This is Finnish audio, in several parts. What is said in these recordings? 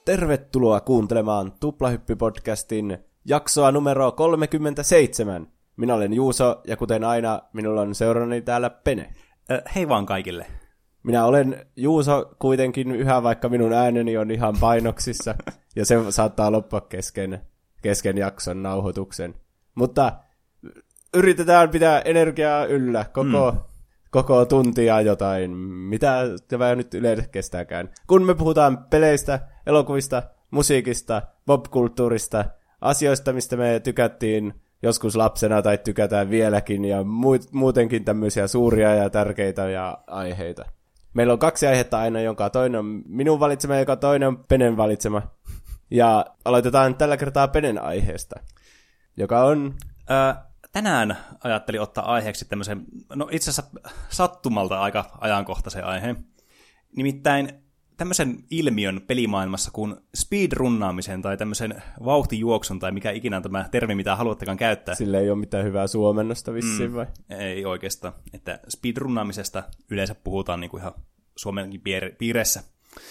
Tervetuloa kuuntelemaan Tuplahyppy-podcastin jaksoa numero 37. Minä olen Juuso, ja kuten aina, minulla on seurannani täällä Pene. Hei vaan kaikille. Minä olen Juuso kuitenkin yhä, vaikka minun ääneni on ihan painoksissa, ja se saattaa loppua kesken jakson nauhoituksen. Mutta yritetään pitää energiaa yllä koko tuntia jotain, mitä tämä nyt yleensä kestääkään. Kun me puhutaan peleistä, elokuvista, musiikista, popkulttuurista, asioista, mistä me tykättiin joskus lapsena tai tykätään vieläkin, ja muutenkin tämmöisiä suuria ja tärkeitä ja aiheita. Meillä on 2 aihetta aina, jonka toinen on minun valitsema, joka toinen on Penen valitsema. Ja aloitetaan tällä kertaa Penen aiheesta, joka on... Tänään ajattelin ottaa aiheeksi tämmöisen, no itse asiassa sattumalta aika ajankohtaisen aiheen. Nimittäin tämmöisen ilmiön pelimaailmassa kuin speedrunnaamisen tai tämmöisen vauhtijuoksun tai mikä ikinä on tämä termi, mitä haluattekaan käyttää. Sillä ei ole mitään hyvää suomennosta vissiin vai? Ei oikeastaan. Että speedrunnaamisesta yleensä puhutaan niin kuin ihan Suomenkin piireissä.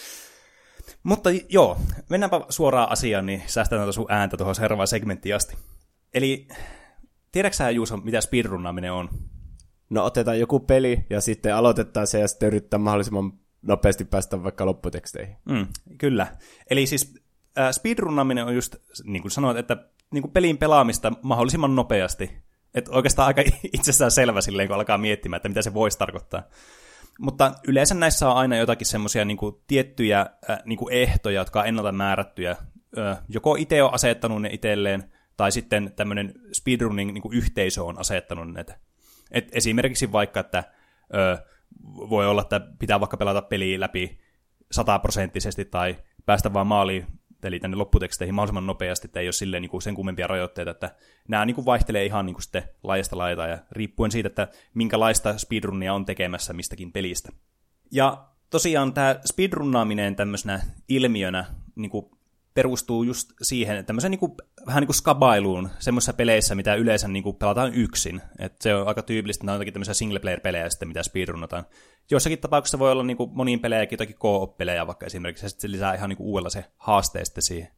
Mutta joo, mennäänpä suoraan asiaan, niin säästetään sun ääntä tuohon seuraavaan segmenttiin asti. Eli... Tiedätkö sä, Juuso, mitä speedrunnaaminen on? No otetaan joku peli ja sitten aloitetaan se ja sitten yritetään mahdollisimman nopeasti päästä vaikka lopputeksteihin. Kyllä. Eli siis speedrunnaaminen on just, niin kuin sanoit, että niin kuin pelin pelaamista mahdollisimman nopeasti. Että oikeastaan aika itsessään selvä silleen, kun alkaa miettimään, että mitä se voisi tarkoittaa. Mutta yleensä näissä on aina jotakin semmoisia niin kuin tiettyjä niin kuin ehtoja, jotka on ennalta määrättyjä. Joko itse on asettanut ne itselleen, tai sitten tämmöinen speedrunning niin kuin yhteisö on asettanut näitä. Et esimerkiksi vaikka, että voi olla, että pitää vaikka pelata peliä läpi 100% tai päästä vaan maaliin, eli tänne lopputeksteihin mahdollisimman nopeasti, että ei ole silleen niin kuin sen kummempia rajoitteita, että nämä niin kuin vaihtelee ihan niin kuin sitten laajasta laitaan, ja riippuen siitä, että minkälaista speedrunnia on tekemässä mistäkin pelistä. Ja tosiaan tämä speedrunnaaminen tämmöisenä ilmiönä niin kuin perustuu just siihen, että tämmöisen niin kuin, vähän niin kuin skabailuun semmoisissa peleissä, mitä yleensä niin kuin pelataan yksin. Et se on aika tyypillistä, että on jotakin tämmöisiä single-player-pelejä sitten, mitä speedrunnataan. Joissakin tapauksissa voi olla niin kuin moniin pelejäkin jotakin co-op-pelejä vaikka esimerkiksi, ja sitten se lisää ihan niin kuin uudella se haaste sitten siihen.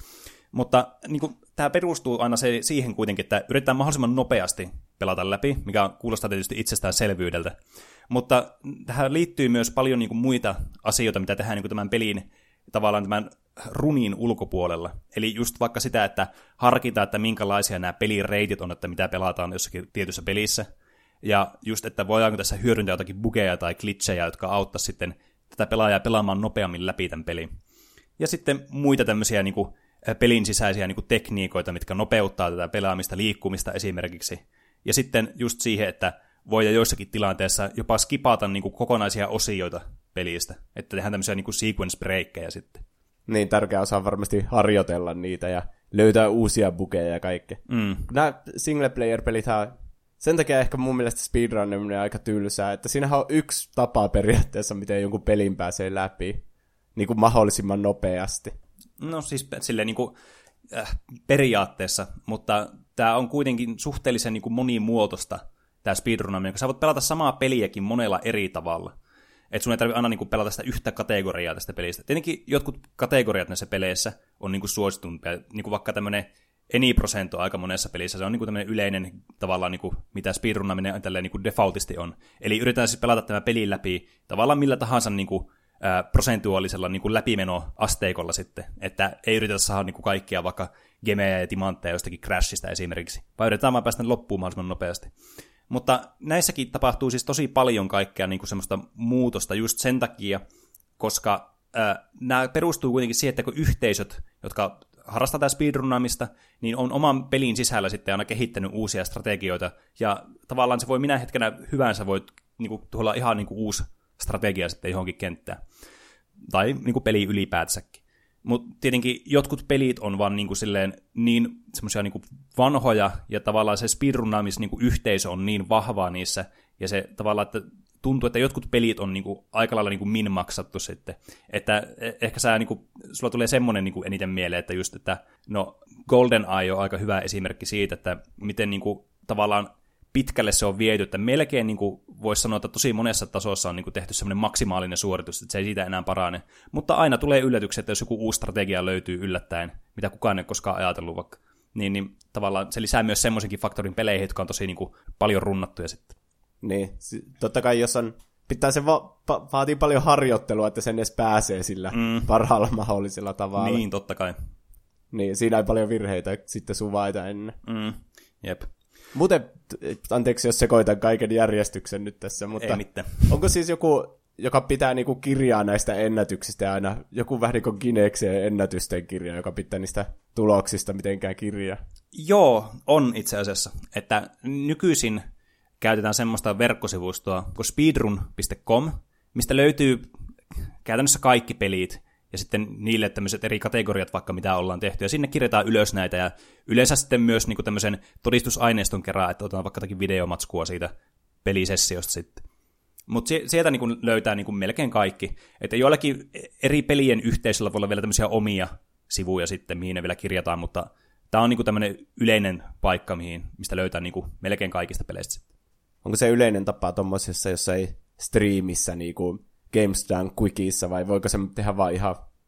Mutta niin kuin, tämä perustuu aina siihen kuitenkin, että yritetään mahdollisimman nopeasti pelata läpi, mikä kuulostaa tietysti itsestäänselvyydeltä. Mutta tähän liittyy myös paljon niin kuin muita asioita, mitä tehdään niin kuin tämän pelin tavallaan tämän runin ulkopuolella. Eli just vaikka sitä, että harkitaan, että minkälaisia nämä pelireitit on, että mitä pelataan jossakin tietyssä pelissä. Ja just, että voidaanko tässä hyödyntää jotakin bugeja tai glitchejä, jotka auttaa sitten tätä pelaajaa pelaamaan nopeammin läpi tämän pelin. Ja sitten muita tämmöisiä niin kuin pelin sisäisiä niin kuin tekniikoita, mitkä nopeuttaa tätä pelaamista, liikkumista esimerkiksi. Ja sitten just siihen, että voidaan joissakin tilanteissa jopa skipata niin kuin kokonaisia osioita pelistä. Että tehdään tämmöisiä niin kuin sequence breakkejä sitten. Niin, tärkeä osa on varmasti harjoitella niitä ja löytää uusia bugeja ja kaikkea. Nämä single-player-pelithän sen takia ehkä mun mielestä speedrunneminen on aika tylsää, että siinähän on yksi tapa periaatteessa, miten jonkun pelin pääsee läpi niin kuin mahdollisimman nopeasti. No siis silleen niin kuin, periaatteessa, mutta tämä on kuitenkin suhteellisen niin kuin monimuotoista, tämä speedrunnaaminen, koska sä voit pelata samaa peliäkin monella eri tavalla. Että sun ei tarvitse aina niinku pelata sitä yhtä kategoriaa tästä pelistä. Tietenkin jotkut kategoriat näissä peleissä on niinku suositumpia. Niinku vaikka tämmöinen Any% on aika monessa pelissä. Se on niinku tämmöinen yleinen tavallaan, niinku, mitä speedrunnaaminen niinku defaultisti on. Eli yritetään siis pelata tämä peli läpi tavallaan millä tahansa niinku, prosentuaalisella niinku läpimenoasteikolla sitten. Että ei yritetä saada niinku kaikkia vaikka gemejä ja timantteja jostakin crashista esimerkiksi. Vaan yritetään vaan päästä loppuun mahdollisimman nopeasti. Mutta näissäkin tapahtuu siis tosi paljon kaikkea niin kuin semmoista muutosta just sen takia, koska nämä perustuu kuitenkin siihen, että kun yhteisöt, jotka harrastaa tätä speedrunnaamista, niin on oman pelin sisällä sitten aina kehittänyt uusia strategioita, ja tavallaan se voi minä hetkenä hyvänsä voit niin kuin, tuolla ihan niin kuin uusi strategia sitten johonkin kenttään. Tai niin kuin peli ylipäätänsäkin. Mutta tietenkin jotkut pelit on vaan niin semmoisia niin vanhoja, ja tavallaan se speedrunnaamis-yhteisö on niin vahvaa niissä, ja se tavallaan, että tuntuu, että jotkut pelit on niin kuin aika lailla niin kuin min-maksattu sitten. Että ehkä sulla tulee semmoinen niin kuin eniten mieleen, että just, että no GoldenEye on aika hyvä esimerkki siitä, että miten niin kuin, tavallaan pitkälle se on viety, että melkein niin voisi sanoa, että tosi monessa tasossa on niin kuin tehty semmoinen maksimaalinen suoritus, että se ei siitä enää parane. Mutta aina tulee yllätyksiä, että jos joku uusi strategia löytyy yllättäen, mitä kukaan ei ole koskaan ajatellut vaikka, niin tavallaan se lisää myös semmoisenkin faktorin peleihin, jotka on tosi niin kuin paljon runnattuja sitten. Niin, totta kai jos on, pitää se vaatii paljon harjoittelua, että sen edes pääsee sillä parhaalla mahdollisella tavalla. Niin, totta kai. Niin, siinä ei paljon virheitä sitten suvaita ennen. Jep. Muuten, anteeksi jos sekoitan kaiken järjestyksen nyt tässä, mutta ei mitään. Onko siis joku, joka pitää niinku kirjaa näistä ennätyksistä aina, joku vähän niin kuin Guinnessin ennätysten kirja, joka pitää niistä tuloksista mitenkään kirjaa? Joo, on itse asiassa. Että nykyisin käytetään semmoista verkkosivustoa kuin speedrun.com, mistä löytyy käytännössä kaikki pelit, ja sitten niille tämmöiset eri kategoriat vaikka mitä ollaan tehty, ja sinne kirjataan ylös näitä, ja yleensä sitten myös niin kuin tämmöisen todistusaineiston kerran, että otetaan vaikka jotakin videomatskua siitä pelisessiosta sitten. Mutta sieltä niin kuin löytää niin kuin melkein kaikki, että joillakin eri pelien yhteisöllä voi olla vielä tämmöisiä omia sivuja sitten, mihin ne vielä kirjataan, mutta tämä on niin kuin tämmöinen yleinen paikka, mistä löytää niin kuin melkein kaikista peleistä sitten. Onko se yleinen tapa tuommoisessa jossain striimissä, niin kuin Games Done Quickiessa, vai voiko se tehdä vaan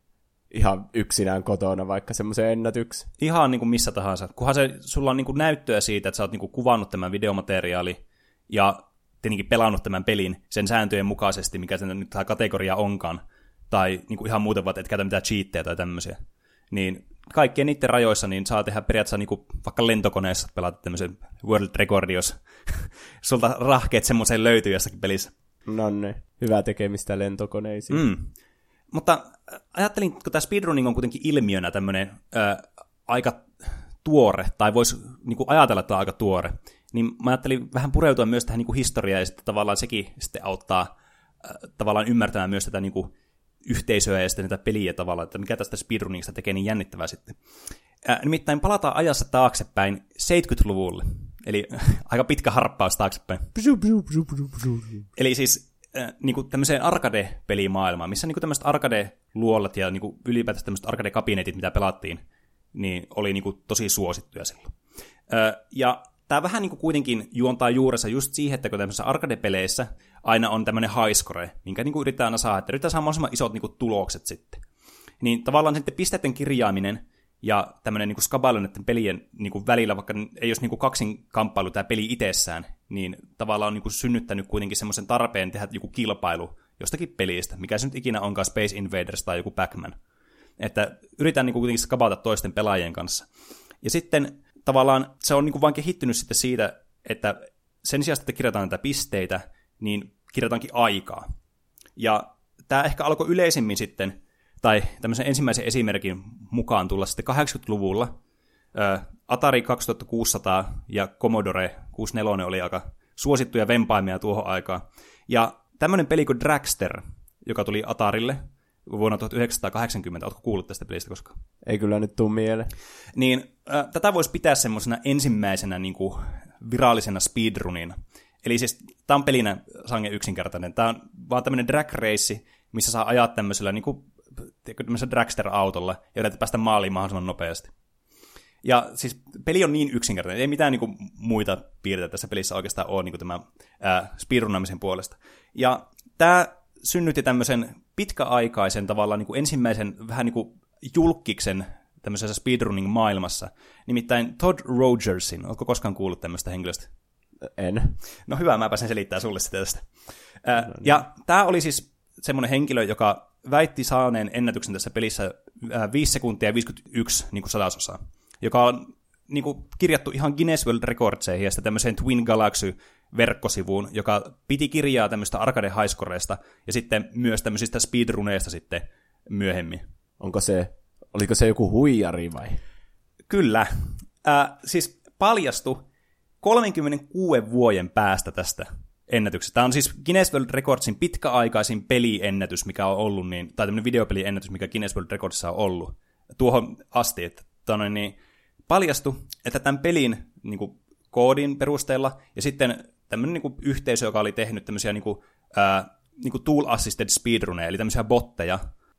ihan yksinään kotona vaikka semmoisen ennätyksen? Ihan niin kuin missä tahansa. Kunhan sulla on niin kuin näyttöä siitä, että sä oot niin kuin kuvannut tämän videomateriaali ja tietenkin pelannut tämän pelin sen sääntöjen mukaisesti, mikä sen nyt tämä kategoria onkaan, tai niin kuin ihan muuten vaan, et käytä mitään cheattejä tai tämmöisiä, niin kaikkien niiden rajoissa niin saa tehdä periaatteessa niin kuin vaikka lentokoneessa pelata tämmöisen world recordi, jos sulta rahkeet semmoiseen löytyy jossakin pelissä. No niin, hyvää tekemistä lentokoneisiin. Mutta ajattelin, kun tämä speedrunning on kuitenkin ilmiönä tämmöinen aika tuore, tai voisi niin kuin ajatella, että on aika tuore, niin mä ajattelin vähän pureutua myös tähän niin kuin historiaan, ja sitten tavallaan sekin sitten auttaa tavallaan ymmärtämään myös tätä niin kuin yhteisöä ja sitten näitä peliä tavallaan, että mikä tästä speedrunningista tekee niin jännittävää sitten. Nimittäin palataan ajassa taaksepäin 70-luvulle, eli aika pitkä harppaus taaksepäin. Eli siis niin kuin tämmöiseen arcade-pelimaailmaan, missä niin kuin tämmöiset arcade-luolat ja niin kuin ylipäätään tämmöiset arcade-kabinetit, mitä pelattiin, niin oli niin kuin tosi suosittuja silloin. Ja tämä vähän niin kuin kuitenkin juontaa juurensa just siihen, että kun tämmöisissä arcade-peleissä aina on tämmöinen high score, minkä niin kuin yritetään aina saada, että yritetään saada mahdollisimman isot niin kuin tulokset sitten. Niin tavallaan sitten pisteiden kirjaaminen ja tämmöinen niin skabailu näiden pelien niin kuin välillä, vaikka ei olisi niin kuin kaksinkamppailu tämä peli itsessään, niin tavallaan on niin kuin synnyttänyt kuitenkin semmoisen tarpeen tehdä joku kilpailu jostakin pelistä, mikä se nyt ikinä onkaan Space Invaders tai joku Pac-Man. Että yritetään niin kuin kuitenkin skabata toisten pelaajien kanssa. Ja sitten tavallaan se on niin kuin vaan kehittynyt sitten siitä, että sen sijaan, että kirjataan näitä pisteitä, niin kirjataankin aikaa. Ja tämä ehkä alkoi yleisemmin sitten, tai tämmöisen ensimmäisen esimerkin mukaan tulla sitten 80-luvulla. Atari 2600 ja Commodore 64 oli aika suosittuja vempaimia tuohon aikaan. Ja tämmöinen peli kuin Dragster, joka tuli Atarille vuonna 1980. Oletko kuullut tästä pelistä koskaan? Ei kyllä nyt tule mieleen. Niin tätä voisi pitää semmoisena ensimmäisenä niin kuin virallisena speedrunina. Eli siis tämä on pelinä sangen yksinkertainen. Tämä on vaan tämmöinen drag race, missä saa ajaa tämmöisellä niin kuin dragster-autolla ja yritetään päästä maaliin mahdollisimman nopeasti. Ja siis peli on niin yksinkertainen, ei mitään niin kuin muita piirteitä tässä pelissä oikeastaan ole niin kuin tämä speedrunnaamisen puolesta. Ja tämä synnytti tämmöisen pitkäaikaisen tavallaan niin kuin ensimmäisen vähän niin kuin julkkiksen tämmöisessä speedrunning-maailmassa, nimittäin Todd Rogersin. Oletko koskaan kuullut tämmöistä henkilöstä? En. No hyvä, mä pääsen selittämään sulle sitä tästä. Ja tämä oli siis semmoinen henkilö, joka väitti saaneen ennätyksen tässä pelissä 5 sekuntia ja 51 niin kuin sadasosaa, joka on niin kuin kirjattu ihan Guinness World Recordseihin ja sitten tämmöiseen Twin Galaxy-verkkosivuun, joka piti kirjaa tämmöistä arcade highscoreista ja sitten myös tämmöisistä speedruneista sitten myöhemmin. Oliko se joku huijari vai? Kyllä. Siis paljastui 36 vuoden päästä tästä ennätyksestä. Tämä on siis Guinness World Recordsin pitkäaikaisin peliennätys, mikä on ollut, tai tämmöinen videopeliennätys, mikä Guinness World Recordsissa on ollut tuohon asti, että paljastui, että tämän pelin niin kuin, koodin perusteella ja sitten tämmöinen niin kuin, yhteisö, joka oli tehnyt tämmöisiä niin kuin tool-assisted speedruneja, eli tämmöisiä botteja,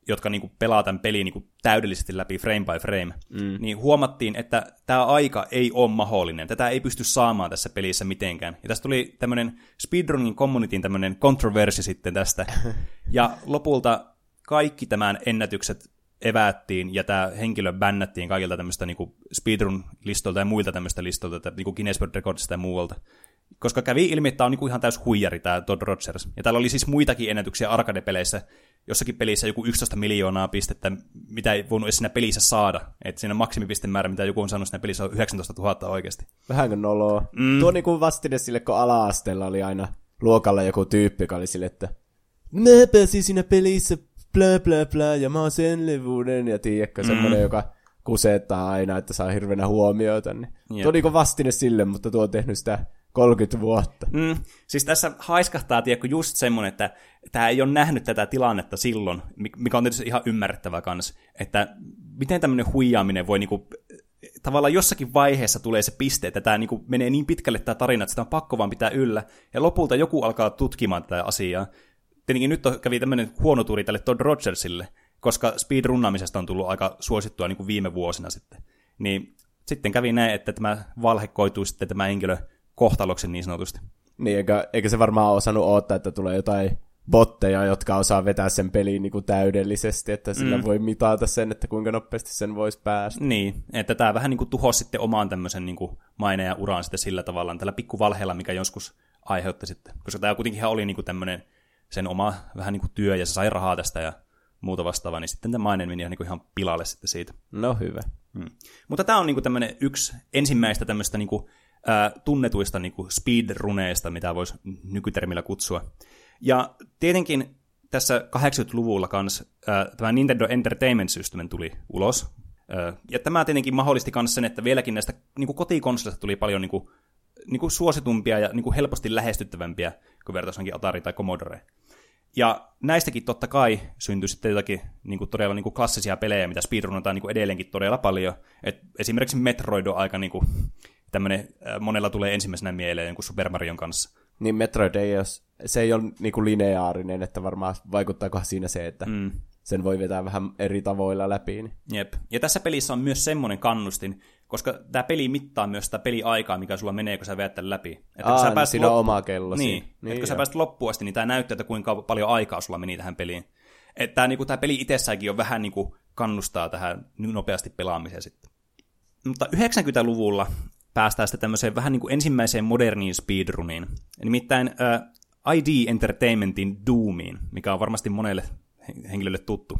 jotka niin kuin pelaa tämän pelin niin kuin täydellisesti läpi frame by frame, niin huomattiin, että tämä aika ei ole mahdollinen. Tätä ei pysty saamaan tässä pelissä mitenkään. Ja tästä tuli tämmöinen speedrunning communityn tämmöinen kontroversi sitten tästä. Ja lopulta kaikki tämän ennätykset evättiin, ja tämä henkilö bännättiin kaikilta tämmöistä niinku speedrun-listoilta ja muilta tämmöistä listoilta, niinku Guinness World Recordsista ja muualta. Koska kävi ilmi, että tämä on niinku ihan täys huijari, tämä Todd Rogers. Ja täällä oli siis muitakin ennätyksiä arcade-peleissä, jossakin pelissä joku 11 miljoonaa pistettä, mitä ei voinut edes siinä pelissä saada. Että siinä maksimipistemäärä, mitä joku on saanut siinä pelissä, on 19 000 oikeasti. Vähänkö noloa. Tuo niinku vastine sille, kun ala-asteella oli aina luokalla joku tyyppi, joka oli sille, että mä pääsin siinä pelissä blä blä blä, ja mä oon sen levuuden, ja tiedätkö, semmoinen, joka kusettaa aina, että saa hirveänä huomiota. Niin. Tuo on vaikka sille, mutta tuo on tehnyt sitä 30 vuotta. Siis tässä haiskahtaa, tiedätkö, just semmoinen, että tämä ei ole nähnyt tätä tilannetta silloin, mikä on tietysti ihan ymmärrettävä kanssa, että miten tämmöinen huijaaminen voi niinku, tavallaan jossakin vaiheessa tulee se piste, että tämä niinku menee niin pitkälle tämä tarina, että sitä on pakko vaan pitää yllä, ja lopulta joku alkaa tutkimaan tätä asiaa. Tietenkin nyt kävi tämmöinen huono tuuri tälle Todd Rogersille, koska speedrunnaamisesta on tullut aika suosittua niin kuin viime vuosina sitten. Niin sitten kävi näin, että tämä valhe koitui sitten tämä henkilö kohtaloksen niin sanotusti. Niin, eikä se varmaan osannut odottaa, että tulee jotain botteja, jotka osaa vetää sen peliin niin kuin täydellisesti, että sillä voi mitata sen, että kuinka nopeasti sen voisi päästä. Niin, että tämä vähän niin kuin tuhosi sitten omaan tämmöisen niin kuin maineen ja uraan sitten sillä tavalla, tällä pikkuvalheella, mikä joskus aiheutti sitten. Koska tämä kuitenkin oli niin kuin tämmöinen sen oma vähän niin kuin työ, ja se sai rahaa tästä ja muuta vastaavaa, niin sitten tämä maine meni ihan pilalle sitten siitä. No hyvä. Mutta tämä on niin kuin tämmöinen yksi ensimmäistä tämmöistä niin kuin, tunnetuista niin kuin speedruneista, mitä voisi nykytermillä kutsua. Ja tietenkin tässä 80-luvulla kanssa tämä Nintendo Entertainment System tuli ulos. Ja tämä tietenkin mahdollisti myös sen, että vieläkin näistä niin kuin kotikonsolista tuli paljon niin kuin suositumpia ja niin kuin helposti lähestyttävämpiä kuin vertaisi Atari tai Commodore. Ja näistäkin totta kai syntyi sitten jotakin niin kuin todella niin kuin klassisia pelejä, mitä speedrunataan niin kuin edelleenkin todella paljon. Et esimerkiksi Metroid on aika niin kuin tämmöinen, monella tulee ensimmäisenä mieleen jonkun Super Marion kanssa. Niin Metroid ei ole niin kuin lineaarinen, että varmaan vaikuttaako siinä se, että sen voi vetää vähän eri tavoilla läpi. Niin. Jep. Ja tässä pelissä on myös semmoinen kannustin, koska tämä peli mittaa myös sitä peliaikaa, mikä sulla menee, kun sä veät tämän läpi. Että siinä on oma kellosi. Niin, että kun sä pääset loppuun asti, niin tämä näyttää, että kuinka paljon aikaa sulla meni tähän peliin. Että tämä peli itsessäänkin on vähän niin kuin kannustaa tähän nopeasti pelaamiseen sitten. Mutta 90-luvulla päästään sitten tämmöiseen vähän niin kuin ensimmäiseen moderniin speedruniin. Nimittäin ID Entertainmentin Doomiin, mikä on varmasti monelle henkilölle tuttu.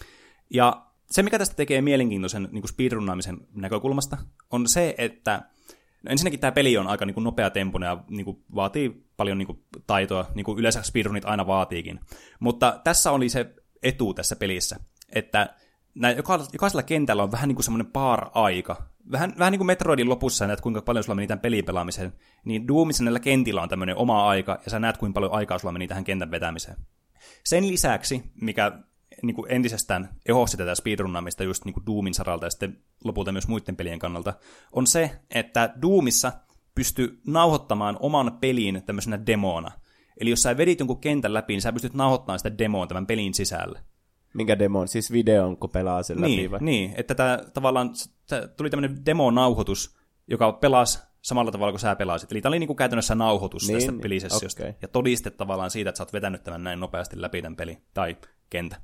Ja se, mikä tästä tekee mielenkiintoisen niin kuin speedrunnaamisen näkökulmasta, on se, että ensinnäkin tämä peli on aika niin kuin nopeatempoinen ja niin kuin vaatii paljon niin kuin taitoa, niin kuin yleensä speedrunit aina vaatiikin. Mutta tässä oli se etu tässä pelissä, että jokaisella kentällä on vähän niin kuin semmoinen par-aika. Vähän niin kuin Metroidin lopussa näet, kuinka paljon sulla meni tämän pelin pelaamiseen, niin Doomissa näillä kentillä on tämmöinen oma aika, ja sä näet, kuinka paljon aikaa sulla meni tähän kentän vetämiseen. Sen lisäksi, mikä niin kuin entisestään ehosi tätä speedrunnaamista just niin kuin Doomin saralta ja sitten lopulta myös muiden pelien kannalta, on se, että Doomissa pystyy nauhoittamaan oman pelin tämmöisenä demona. Eli jos sä vedit jonkun kentän läpi, niin sä pystyt nauhoittamaan sitä demoa tämän pelin sisällä. Minkä demon? Siis videon, kun pelaa sen läpi vai? Niin, että tavallaan tuli tämmöinen demo-nauhoitus, joka pelasi samalla tavalla kuin sä pelasit. Eli tämä oli niin kuin käytännössä nauhoitus tästä pelisessiosta. Okay. Ja todiste tavallaan siitä, että sä oot vetänyt tämän näin nopeasti läpi tämän pelin tai kentän.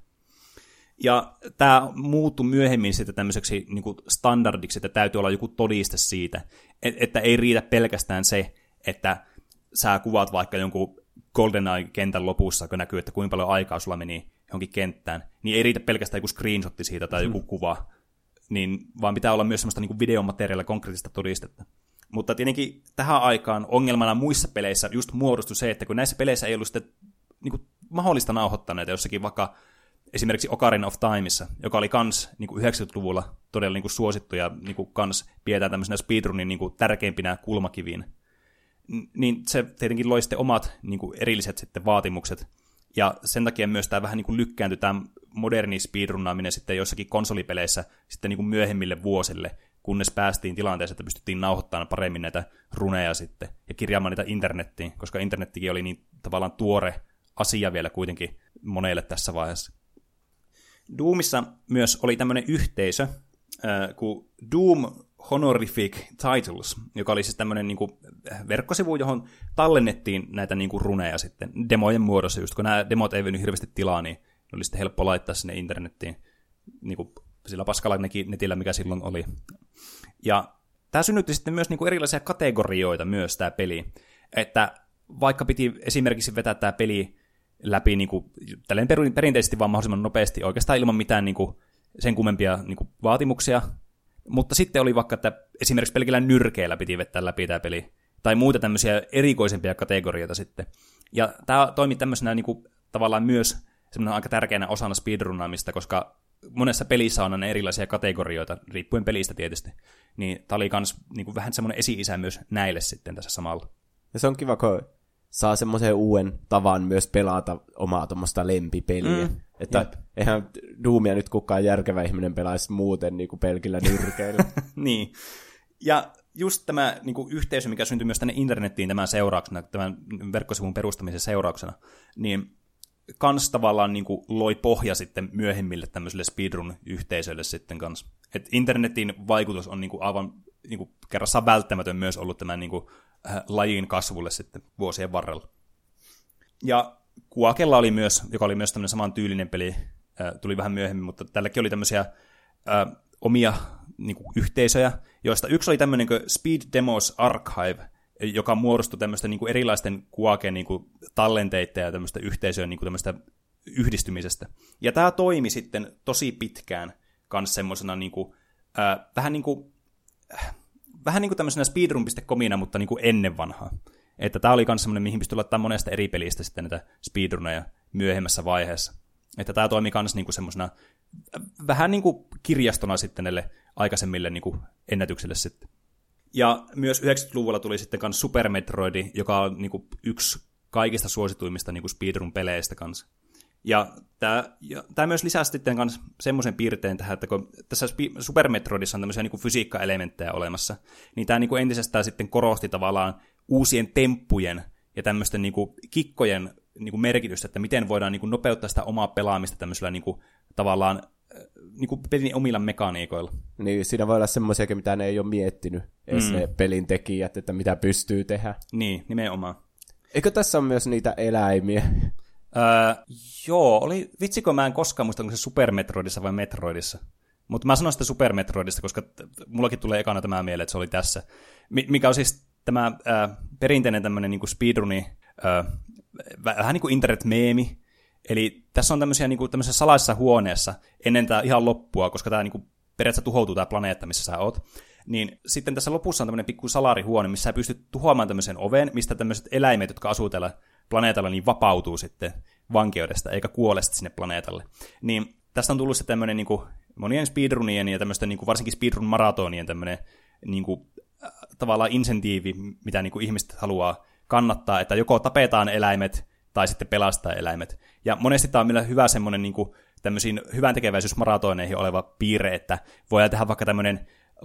Ja tämä muuttui myöhemmin sitten tämmöiseksi niin kuin standardiksi, että täytyy olla joku todiste siitä, että ei riitä pelkästään se, että sä kuvaat vaikka jonkun GoldenEye-kentän lopussa, kun näkyy, että kuinka paljon aikaa sulla meni johonkin kenttään, niin ei riitä pelkästään joku screenshotti siitä tai joku kuva, niin, vaan pitää olla myös semmoista niin kuin videomateriaalia, konkreettista todistetta. Mutta tietenkin tähän aikaan ongelmana muissa peleissä just muodostui se, että kun näissä peleissä ei ollut sitten niin kuin mahdollista nauhoittaa näitä jossakin vaikka esimerkiksi Ocarina of Timeissa, joka oli kans niin kuin 90-luvulla todella niin kuin suosittu ja niin kuin kans pidetään tämmöisenä speedrunin niin kuin tärkeimpinä kulmakiviin, niin se tietenkin loi sitten omat niin kuin erilliset sitten vaatimukset. Ja sen takia myös tämä vähän niin kuin lykkääntyi tämä moderni speedrunnaaminen sitten joissakin konsolipeleissä sitten niin kuin myöhemmille vuosille, kunnes päästiin tilanteeseen, että pystyttiin nauhoittamaan paremmin näitä runeja sitten ja kirjaamaan niitä internettiin, koska internettikin oli niin tavallaan tuore asia vielä kuitenkin monelle tässä vaiheessa. Doomissa myös oli tämmöinen yhteisö kuin Doom Honorific Titles, joka oli siis tämmöinen niinku verkkosivu, johon tallennettiin näitä niinku runeja sitten demojen muodossa, just kun nämä demot ei vennyt hirveästi tilaa, niin oli sitten helppo laittaa sinne internettiin niinku sillä paskalla netillä, mikä silloin oli. Ja tämä synnytti sitten myös niinku erilaisia kategorioita myös tämä peli, että vaikka piti esimerkiksi vetää tämä peli läpi niinku, tälleen perinteisesti vaan mahdollisimman nopeasti, oikeastaan ilman mitään niinku, sen kummempia niinku, vaatimuksia, mutta sitten oli vaikka, että esimerkiksi pelkillä nyrkeillä piti vettää läpi tämä peli, tai muita tämmöisiä erikoisempia kategorioita sitten. Ja tämä toimi tämmöisenä niinku, tavallaan myös semmoinen aika tärkeänä osana speedrunnaamista, koska monessa pelissä on ne erilaisia kategorioita, riippuen pelistä tietysti. Niin tämä oli myös niinku, vähän semmoinen esi-isä myös näille sitten tässä samalla. Ja se on kiva, kun saa semmoisen uuden tavan myös pelata omaa tuommoista lempipeliä. Että eihän Doomia nyt kukaan järkevä ihminen pelaisi muuten niin kuin pelkillä nyrkeillä. Niin. Ja just tämä niin kuin yhteisö, mikä syntyi myös tänne internettiin tämän seurauksena, tämän verkkosivun perustamisen seurauksena, niin kans tavallaan niin kuin loi pohja sitten myöhemmille tämmöiselle speedrun-yhteisöille sitten kanssa. Et internetin vaikutus on niin kuin aivan niin kuin kerrassaan välttämätön myös ollut tämän niin kuin lajin kasvulle sitten vuosien varrella. Ja Quakella oli myös, joka oli myös tämmöinen saman tyylinen peli, tuli vähän myöhemmin, mutta tälläkin oli tämmöisiä omia niin kuin yhteisöjä, joista yksi oli tämmöinen kuin Speed Demos Archive, joka muodostui tämmöistä niin kuin erilaisten Quaken niin kuin tallenteita ja tämmöistä yhteisöön niin kuin tämmöistä yhdistymisestä. Ja tämä toimi sitten tosi pitkään kans semmoisena niin kuin, vähän niin kuin tämmöisenä speedrun.comina, mutta niin kuin ennen vanhaa. Että tämä oli myös semmoinen, mihin pystyi laittamaan monesta eri pelistä sitten näitä speedruneja myöhemmässä vaiheessa. Että tämä toimi myös niin kuin semmoisena vähän niin kuin kirjastona sitten näille aikaisemmille niin kuin ennätyksille sitten. Ja myös 90-luvulla tuli sitten myös Super Metroid, joka on niin kuin yksi kaikista suosituimmista niin kuin speedrun-peleistä kanssa. Ja tämä myös lisäsi sitten myös semmoisen piirteen tähän, että kun tässä Super Metroidissa on tämmöisiä niin kuin fysiikkaelementtejä olemassa, niin tämä niin kuin entisestään sitten korosti tavallaan uusien temppujen ja tämmöisten niin kuin kikkojen niin kuin merkitystä, että miten voidaan niin kuin nopeuttaa sitä omaa pelaamista tämmöisellä niin kuin, tavallaan niin kuin pelin omilla mekaniikoilla. Niin, siinä voi olla semmoisiakin, mitä ne ei ole miettinyt edes ne pelin tekijät, että mitä pystyy tehdä. Niin, nimenomaan. Eikö tässä ole myös niitä eläimiä? Joo, vitsikö mä en koskaan muista, onko se Super Metroidissa vai Metroidissa. Mutta mä sanon sitä Super Metroidista, koska mullakin tulee ekana tämä mieleen, että se oli tässä. Mikä on siis tämä perinteinen tämmöinen niin kuin speedruni, vähän niin kuin internet-meemi. Eli tässä on tämmöisiä niin kuin tämmöisessä salaisessa huoneessa ennen tämä ihan loppua, koska tämä niin kuin periaatteessa tuhoutuu tämä planeetta, missä sä oot. Niin sitten tässä lopussa on tämmöinen pikku salarihuone, missä sä pystyt tuhoamaan tämmöisen oven, mistä tämmöiset eläimet, jotka asuu tällä planeetalla, niin vapautuu sitten vankeudesta, eikä kuole sinne planeetalle. Niin tästä on tullut se tämmöinen niin kuin monien speedrunien ja tämmöisten niin kuin varsinkin speedrun-maratonien tämmöinen niin kuin, tavallaan insentiivi, mitä niin kuin ihmiset haluaa kannattaa, että joko tapetaan eläimet tai sitten pelastaa eläimet. Ja monesti tämä on meillä hyvä semmoinen niin kuin tämmöisiin hyväntekeväisyysmaratoneihin oleva piirre, että voidaan tehdä vaikka tämmöinen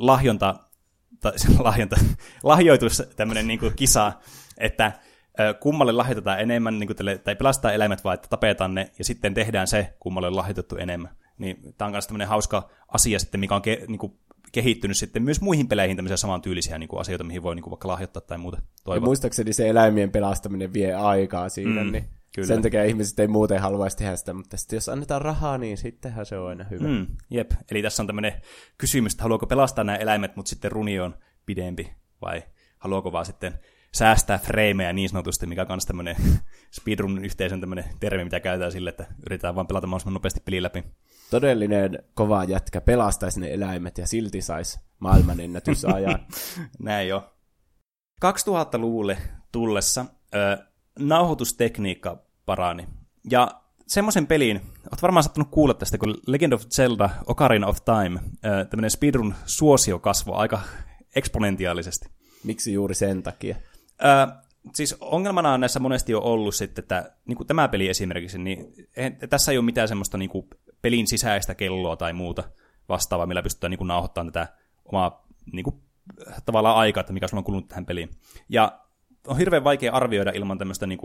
lahjoitus, tämmöinen niin kuin kisa, että kummalle lahjoitetaan enemmän, niin kuin tai pelastaa eläimet, vai että tapetaan ne, ja sitten tehdään se, kummalle on lahjoitettu enemmän. Niin tämä on myös tämmöinen hauska asia sitten, mikä on niin kuin kehittynyt sitten myös muihin peleihin tämmöisiä samantyylisiä niin kuin asioita, mihin voi niin kuin vaikka lahjoittaa tai muuta toivoa. Ja muistaakseni se eläimien pelastaminen vie aikaa siinä, niin kyllä. Sen takia ihmiset ei muuten haluaisi tehdä sitä, mutta sitten jos annetaan rahaa, niin sittenhän se on aina hyvä. Jep, eli tässä on tämmöinen kysymys, että haluaako pelastaa nämä eläimet, mutta sitten runi on pidempi, vai haluaako vaan sitten säästää freimejä niin sanotusti, mikä on myös tämmöinen speedrun-yhteisön tämmöinen termi, mitä käytetään sille, että yritetään vaan pelata mahdollisimman nopeasti peli läpi. Todellinen kova jätkä pelastaisi ne eläimet ja silti saisi maailmanennätysajan. Näin jo. 2000-luvulle tullessa nauhoitustekniikka parani. Ja semmoisen peliin, olet varmaan saattanut kuulla tästä, kun Legend of Zelda Ocarina of Time, tämmöinen speedrun suosio kasvoi aika eksponentiaalisesti. Miksi juuri sen takia? Siis ongelmana näissä monesti on ollut sitten, että niin kuin tämä peli esimerkiksi, niin tässä ei ole mitään semmoista niin kuin pelin sisäistä kelloa tai muuta vastaavaa, millä pystytään niin kuin nauhoittamaan tätä omaa niin kuin, tavallaan aikaa, että mikä sulla on kulunut tähän peliin. Ja on hirveän vaikea arvioida ilman tämmöistä niin kuin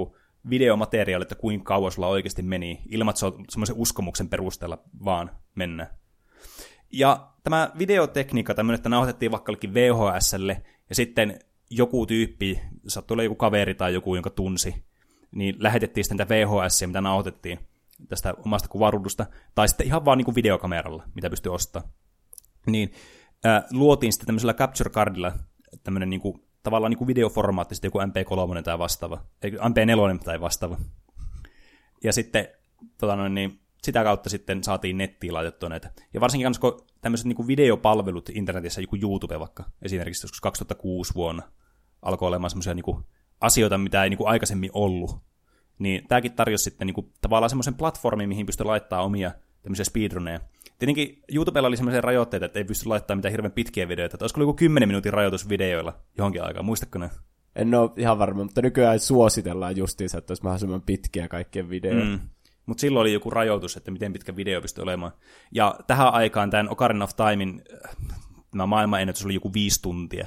videomateriaalit, että kuinka kauan sulla oikeasti meni, ilman että se on semmoisen uskomuksen perusteella vaan mennä. Ja tämä videotekniikka, tämmöinen, että nauhoitettiin vaikka VHSlle, ja sitten joku tyyppi, sattui olla joku kaveri tai joku, jonka tunsi, niin lähetettiin sitten tätä VHSia, mitä nauhoitettiin tästä omasta kuvaruudusta, tai sitten ihan vaan niin kuin videokameralla, mitä pystyi ostamaan. Niin luotiin sitten tämmöisellä capture cardilla tämmöinen niin kuin, tavallaan niin kuin videoformaatti, sitten joku MP3 tai vastaava, MP4 tai vastaava. Ja sitten niin sitä kautta sitten saatiin nettiin laitettua näitä. Ja varsinkin kanssa, kun tämmöiset niin kuin videopalvelut internetissä, joku YouTube vaikka, esimerkiksi joskus 2006 vuonna, alkoi olemaan semmoisia niin kuin asioita, mitä ei niin kuin aikaisemmin ollut, niin tämäkin tarjosi sitten niin kuin, tavallaan semmoisen platformin, mihin pystyi laittamaan omia tämmöisiä speedruneja. Tietenkin YouTubella oli semmoisia rajoitteita, että ei pysty laittamaan mitään hirveän pitkiä videoita. Että olisiko joku 10 minuutin rajoitus videoilla johonkin aikaan, muistatko ne? En ole ihan varma, mutta nykyään suositellaan justiinsa, että olisi mahdollisimman pitkiä kaikkien videoita. Mutta silloin oli joku rajoitus, että miten pitkä video pystyy olemaan. Ja tähän aikaan tämän Ocarina of Timein tämä maailmanennätys oli joku 5 tuntia.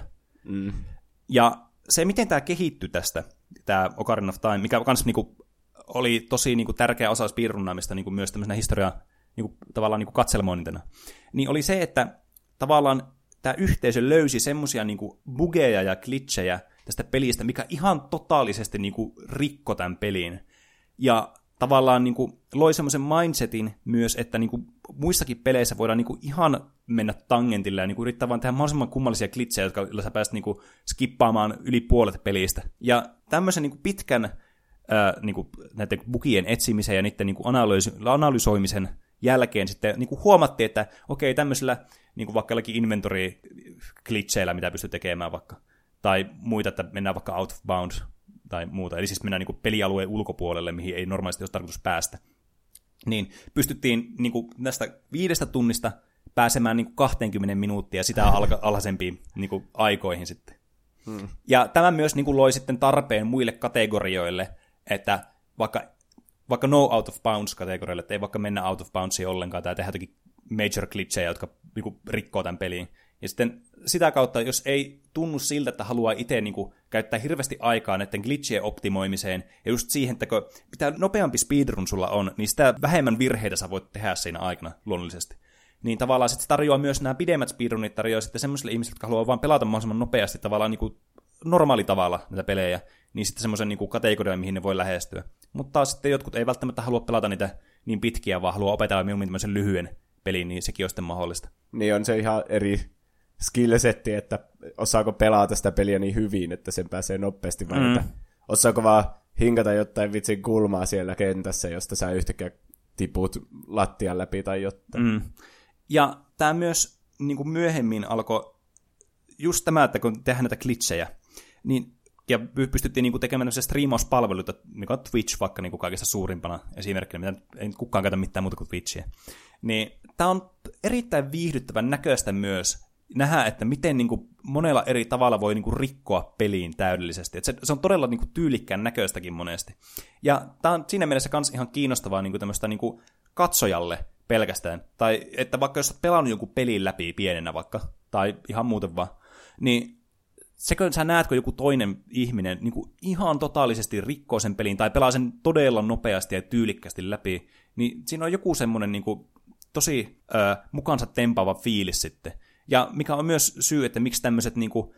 Ja se, miten tämä kehittyi tästä, tämä Ocarina of Time, mikä kans niinku oli tosi niinku tärkeä osa speedrunnaamista niinku myös tämmöisenä historiaa niinku, tavallaan niinku katselmoinnintana, niin oli se, että tavallaan tämä yhteisö löysi semmoisia niinku bugeja ja glitchejä tästä pelistä, mikä ihan totaalisesti niinku rikkoi tämän pelin. Ja tavallaan niinku loi semmoisen mindsetin myös, että niinku muissakin peleissä voidaan niinku ihan mennä tangentille ja niinku yrittää vaan tehdä mahdollisimman kummallisia glitchejä, joilla sä pääset niinku skippaamaan yli puolet pelistä. Ja tämmöisen niinku pitkän niinku näiden bugien etsimisen ja niiden niinku analysoimisen jälkeen sitten niinku huomattiin, että okei, tämmöisillä niinku vaikka jollakin inventory-glitcheillä, mitä pystyy tekemään vaikka, tai muita, että mennään vaikka out of bounds tai muuta, eli siis mennään niinku pelialueen ulkopuolelle, mihin ei normaalisti olisi tarkoitus päästä, niin pystyttiin niinku näistä 5 tunnista pääsemään niinku 20 minuuttia ja sitä alhaisempiin niinku aikoihin sitten. Ja tämä myös niinku loi sitten tarpeen muille kategorioille, että vaikka no out of bounds kategorialle, että ei vaikka mennä out of boundsiin ollenkaan tai tehdä jotakin major glitchejä, jotka niinku rikkoo tämän peliin. Ja sitten sitä kautta, jos ei tunnu siltä, että haluaa itse niinku käyttää hirveästi aikaa näiden glitchien optimoimiseen, ja just siihen, että mitä nopeampi speedrun sulla on, niin sitä vähemmän virheitä sä voit tehdä siinä aikana luonnollisesti. Niin tavallaan sitten se tarjoaa myös nämä pidemmät speedrunit, tarjoaa sitten semmoisille ihmisille, jotka haluaa vaan pelata mahdollisimman nopeasti tavallaan niinku normaalitavalla näitä pelejä, niin sitten semmoisen niinku kategorian, mihin ne voi lähestyä. Mutta sitten jotkut ei välttämättä halua pelata niitä niin pitkiä, vaan haluaa opetella mieluummin tämmöisen lyhyen pelin, niin sekin on sitten mahdollista. Niin on se ihan eri skillsetti, että osaako pelata sitä peliä niin hyvin, että sen pääsee nopeasti, vai että osaako vaan hinkata jotain vitsin kulmaa siellä kentässä, josta sä yhtäkkiä tiput lattian läpi tai jotain. Ja tämä myös niin kuin myöhemmin alkoi just tämä, että kun tehdään näitä glitchejä, niin ja pystyttiin niinku tekemään tämmöisiä striimauspalveluita, mikä on Twitch vaikka niinku kaikista suurimpana esimerkkinä, mitä ei kukaan käytä mitään muuta kuin Twitchiä. Niin tämä on erittäin viihdyttävän näköistä myös nähdä, että miten niinku monella eri tavalla voi niinku rikkoa peliin täydellisesti. Et se on todella niinku tyylikkään näköistäkin monesti. Ja tämä on siinä mielessä myös ihan kiinnostavaa niinku tämmöistä niinku katsojalle pelkästään. Tai että vaikka jos olet pelannut jonkun pelin läpi pienenä vaikka, tai ihan muuten vaan, niin sekö sä näet, kun joku toinen ihminen niin kuin ihan totaalisesti rikkoo sen pelin tai pelaa sen todella nopeasti ja tyylikkästi läpi, niin siinä on joku semmoinen niin kuin tosi mukaansa tempaava fiilis sitten. Ja mikä on myös syy, että miksi tämmöiset niin kuin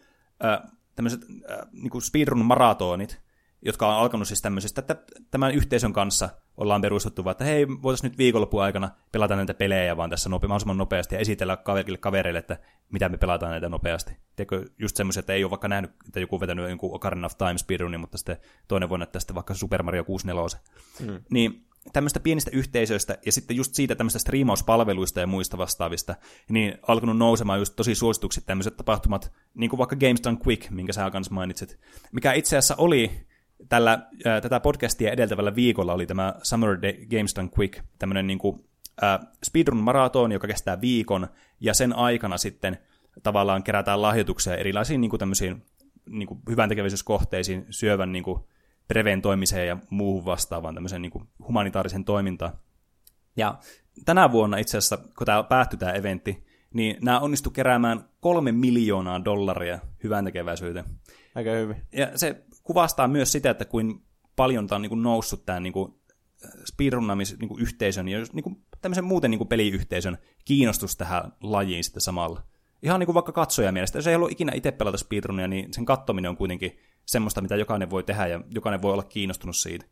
speedrun-maratonit, jotka on alkanut siis tämmöisestä, että tämän yhteisön kanssa ollaan perustettu, että hei, voitaisiin nyt viikonlopun aikana pelata näitä pelejä vaan tässä mahdollisimman nopeasti ja esitellä kavereille, että mitä me pelataan näitä nopeasti. Teekö just semmoisia, että ei ole vaikka nähnyt, että joku vetänyt jonkun Ocarina of Time speedrunin, mutta sitten toinen voi näyttää sitten vaikka Super Mario 64. Niin tämmöistä pienistä yhteisöistä ja sitten just siitä tämmöistä striimauspalveluista ja muista vastaavista, niin alkanut nousemaan just tosi suosituksi tämmöiset tapahtumat, niin kuin vaikka Games Done Quick, minkä sä kanssa mainitsit, mikä itse asiassa oli tätä podcastia edeltävällä viikolla oli tämä Summer Games Done Quick, tämmöinen niin kuin speedrun-maraton, joka kestää viikon, ja sen aikana sitten tavallaan kerätään lahjoituksia erilaisiin niin kuin tämmöisiin niin kuin hyväntekeväisyyskohteisiin, syövän niin kuin preventoimiseen ja muuhun vastaavaan tämmöiseen niin kuin humanitaarisen toimintaan. Ja tänä vuonna itse asiassa, kun tämä päättyi tämä eventti, niin nämä onnistu keräämään $3 miljoonaa hyväntekeväisyyteen. Aika hyvin. Ja se kuvastaa myös sitä, että kuin paljon tää on niin kuin noussut tämän niin kuin speedrunnaamis-yhteisön ja niin kuin tämmöisen muuten niin kuin peliyhteisön kiinnostus tähän lajiin sitten samalla. Ihan niin kuin vaikka katsojan mielestä. Jos ei halua ikinä itse pelata speedrunia, niin sen katsominen on kuitenkin semmoista, mitä jokainen voi tehdä ja jokainen voi olla kiinnostunut siitä.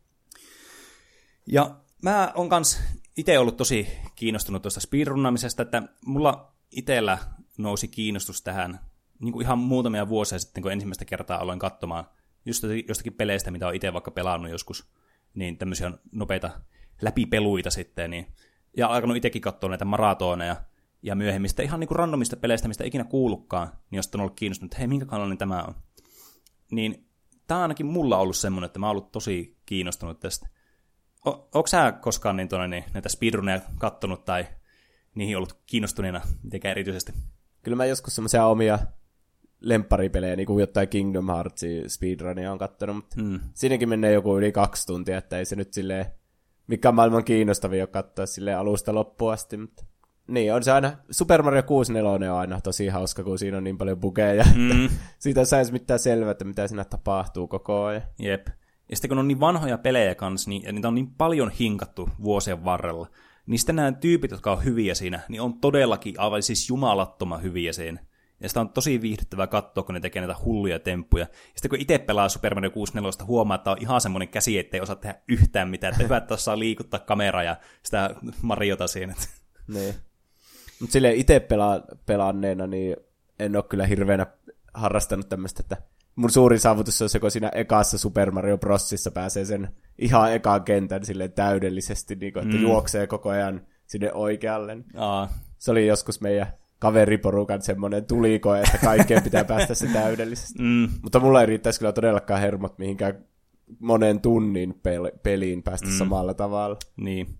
Ja mä oon kans itse ollut tosi kiinnostunut tuosta speedrunnaamisesta, että mulla itsellä nousi kiinnostus tähän niin kuin ihan muutamia vuosia sitten, kun ensimmäistä kertaa aloin katsomaan jostakin peleistä, mitä on itse vaikka pelannut joskus, niin tämmöisiä nopeita läpipeluita sitten, niin, ja alkanut itsekin katsoa näitä maratoneja, ja myöhemmin sitten ihan niin kuin randomista peleistä, mistä ikinä kuullutkaan, niin jos on ollut kiinnostunut, että hei, minkä kanalinen tämä on. Niin tämä on ainakin mulla ollut semmoinen, että mä oon ollut tosi kiinnostunut tästä. Onko sä koskaan näitä speedruneja kattonut tai niihin ollut kiinnostuneena mitenkään erityisesti? Kyllä mä joskus semmoisia omia lempparipelejä, niin kuin jotain Kingdom Heartsia speedrunia on kattonut, mutta siinäkin menee joku yli 2 tuntia, että ei se nyt silleen, mikä on maailman kiinnostavia katsoa silleen alusta loppuun asti, mutta niin, on se aina, Super Mario 64 on aina tosi hauska, kun siinä on niin paljon bugeja, että siitä saisi mitään selvää, että mitä siinä tapahtuu koko ajan. Jep. Ja sitten kun on niin vanhoja pelejä kanssa, niin, ja niitä on niin paljon hinkattu vuosien varrella, niin sitten nämä tyypit, jotka on hyviä siinä, niin on todellakin aivan siis jumalattoman hyviä siinä. Ja sitä on tosi viihdyttävää katsoa, kun ne tekee näitä hulluja temppuja. Ja sitten kun itse pelaa Super Mario 64, huomaa, että on ihan semmoinen käsi, ettei osaa tehdä yhtään mitään. Että hyvä, että saa liikuttaa kameraa ja sitä Mariota siinä. Niin. Mutta silleen itse pelanneena, niin en ole kyllä hirveänä harrastanut tämmöistä, että mun suurin saavutus on se, kun siinä ekassa Super Mario Brosissa pääsee sen ihan ekaan kentän silleen täydellisesti, niin kuin, että juoksee koko ajan sinne oikealle. Se oli joskus meidän kaveriporukan semmoinen tulikoe, että kaikkeen pitää päästä se täydellisesti. Mutta mulla ei riittäisi kyllä todellakaan hermot mihinkään monen tunnin peliin päästä samalla tavalla. Niin.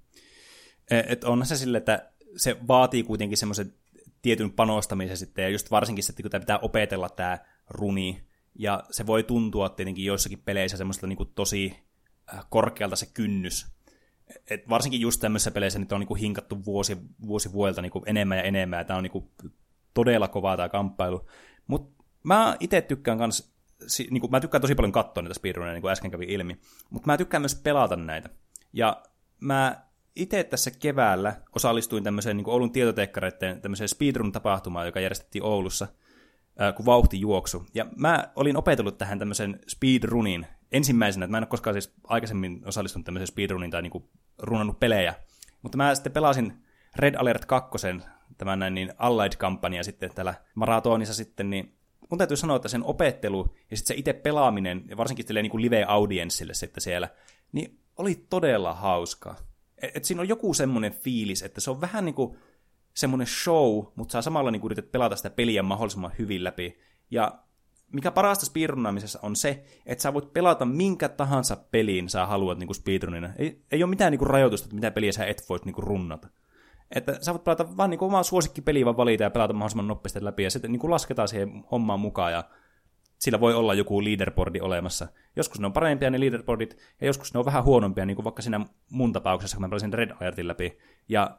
Onhan se silleen, että se vaatii kuitenkin semmoisen tietyn panostamisen sitten, ja just varsinkin sitten, kun tämä pitää opetella tämä runi, ja se voi tuntua tietenkin joissakin peleissä semmoista niin kuin tosi korkealta se kynnys. Et varsinkin just tämmöisissä peleissä niitä on niin kuin hinkattu vuosi vuodelta niin kuin enemmän ja enemmän, ja tämä on niin kuin todella kovaa tämä kamppailu. Mutta mä itse tykkään kans, niin kuin, mä tykkään tosi paljon katsoa näitä speedruneja, niin kuin äsken kävi ilmi, mutta mä tykkään myös pelata näitä. Ja mä itse tässä keväällä osallistuin tämmöiseen niin kuin Oulun tietoteekkareiden tämmöiseen speedrun-tapahtumaan, joka järjestettiin Oulussa, kuin vauhtijuoksu. Ja mä olin opetellut tähän tämmöisen speedrunin ensimmäisenä, että mä en ole koskaan siis aikaisemmin osallistunut tämmöiseen speedrunin tai niinku runannut pelejä. Mutta mä sitten pelasin Red Alert 2, tämän näin niin Allied-kampanja sitten täällä maratonissa sitten, niin mun täytyy sanoa, että sen opettelu ja sitten se itse pelaaminen, ja varsinkin niin kuin live-audienssille sitten siellä, niin oli todella hauskaa. Et siinä on joku semmoinen fiilis, että se on vähän niin kuin semmoinen show, mutta sä samalla niin yrität pelata sitä peliä mahdollisimman hyvin läpi. Ja mikä parasta speedrunnaamisessa on se, että sä voit pelata minkä tahansa peliin sä haluat niin speedrunina. Ei ole mitään niin rajoitusta, että mitä peliä sä et voit niin runnata. Että sä voit pelata vaan niin omaa suosikkipeliä vaan valita ja pelata mahdollisimman nopeasti läpi, ja sitten niin lasketaan siihen hommaan mukaan, ja sillä voi olla joku leaderboardi olemassa. Joskus ne on parempia ne leaderboardit, ja joskus ne on vähän huonompia, niin kuin vaikka siinä mun tapauksessa, kun mä pelasin Red Alertin läpi, ja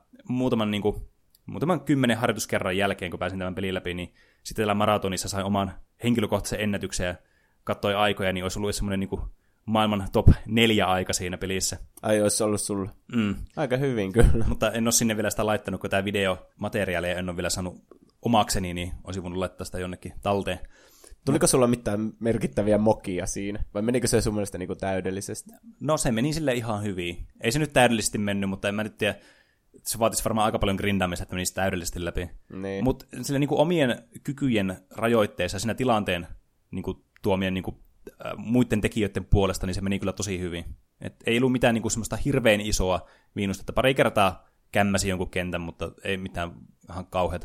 muutaman 10 harjoituskerran jälkeen, kun pääsin tämän pelin läpi, niin sitten tällä maratonissa sain oman henkilökohtaisen ennätyksen ja katsoi aikoja, niin olisi ollut semmoinen niin kuin maailman top 4 aika siinä pelissä. Ai, olisi ollut sulla. Aika hyvin kyllä. Mutta en ole sinne vielä sitä laittanut, kun tämä videomateriaalia en ole vielä saanut omakseni, niin olisi voinut laittaa sitä jonnekin talteen. Tuliko sulla mitään merkittäviä mokia siinä? Vai menikö se sun mielestä niin kuin täydellisesti? No se meni sille ihan hyvin. Ei se nyt täydellisesti mennyt, mutta en mä nyt tiedä. Se vaatisi varmaan aika paljon grindaamista, että menisi täydellisesti läpi. Niin. Mutta sille niin kuin omien kykyjen rajoitteessa siinä tilanteen niin kuin tuomien niin kuin, muiden tekijöiden puolesta, niin se meni kyllä tosi hyvin. Et ei ollut mitään niin kuin semmoista hirveän isoa miinusta, että pari kertaa kämmäsi jonkun kentän, mutta ei mitään ihan kauheata.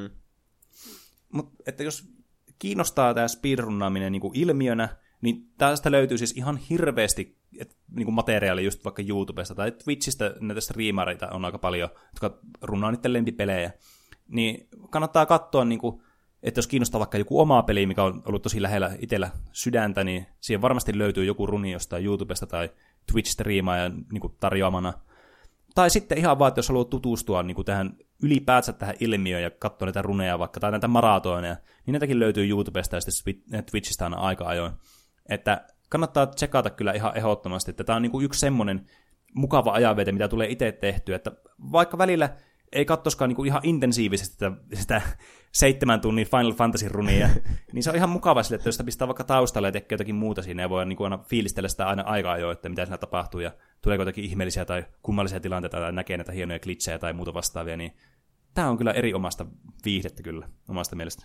Mutta että jos kiinnostaa tämä speedrunnaaminen niin kuin ilmiönä, niin tästä löytyy siis ihan hirveästi niin kuin materiaalia just vaikka YouTubesta tai Twitchistä, näitä striimareita on aika paljon, jotka runnaa niiden lempipelejä. Niin kannattaa katsoa, niin kuin, että jos kiinnostaa vaikka joku oma peli, mikä on ollut tosi lähellä itsellä sydäntä, niin siihen varmasti löytyy joku runi jostain YouTubesta tai Twitch-striimaajan niin kuin tarjoamana. Tai sitten ihan vaan, että jos haluaa tutustua niin kuin tähän ylipäätään tähän ilmiöön ja katsoa näitä runeja vaikka, tai näitä maratoneja, niin näitäkin löytyy YouTubesta ja sitten Twitchistä aina aika ajoin. Että kannattaa tsekata kyllä ihan ehdottomasti, että tämä on niin kuin yksi semmoinen mukava ajanvete, mitä tulee itse tehtyä, että vaikka välillä ei kattoskaan niin kuin ihan intensiivisesti sitä 7 tunnin Final Fantasy-runia, niin se on ihan mukava sille, että jos sitä pistää vaikka taustalle ja tekee jotakin muuta siinä, ja voi niin kuin aina fiilistellä sitä aina aika ajoin, että mitä siinä tapahtuu, ja tuleeko jotakin ihmeellisiä tai kummallisia tilanteita, tai näkee näitä hienoja glitchejä tai muuta vastaavia, niin tämä on kyllä eri omasta viihdettä kyllä, omasta mielestä.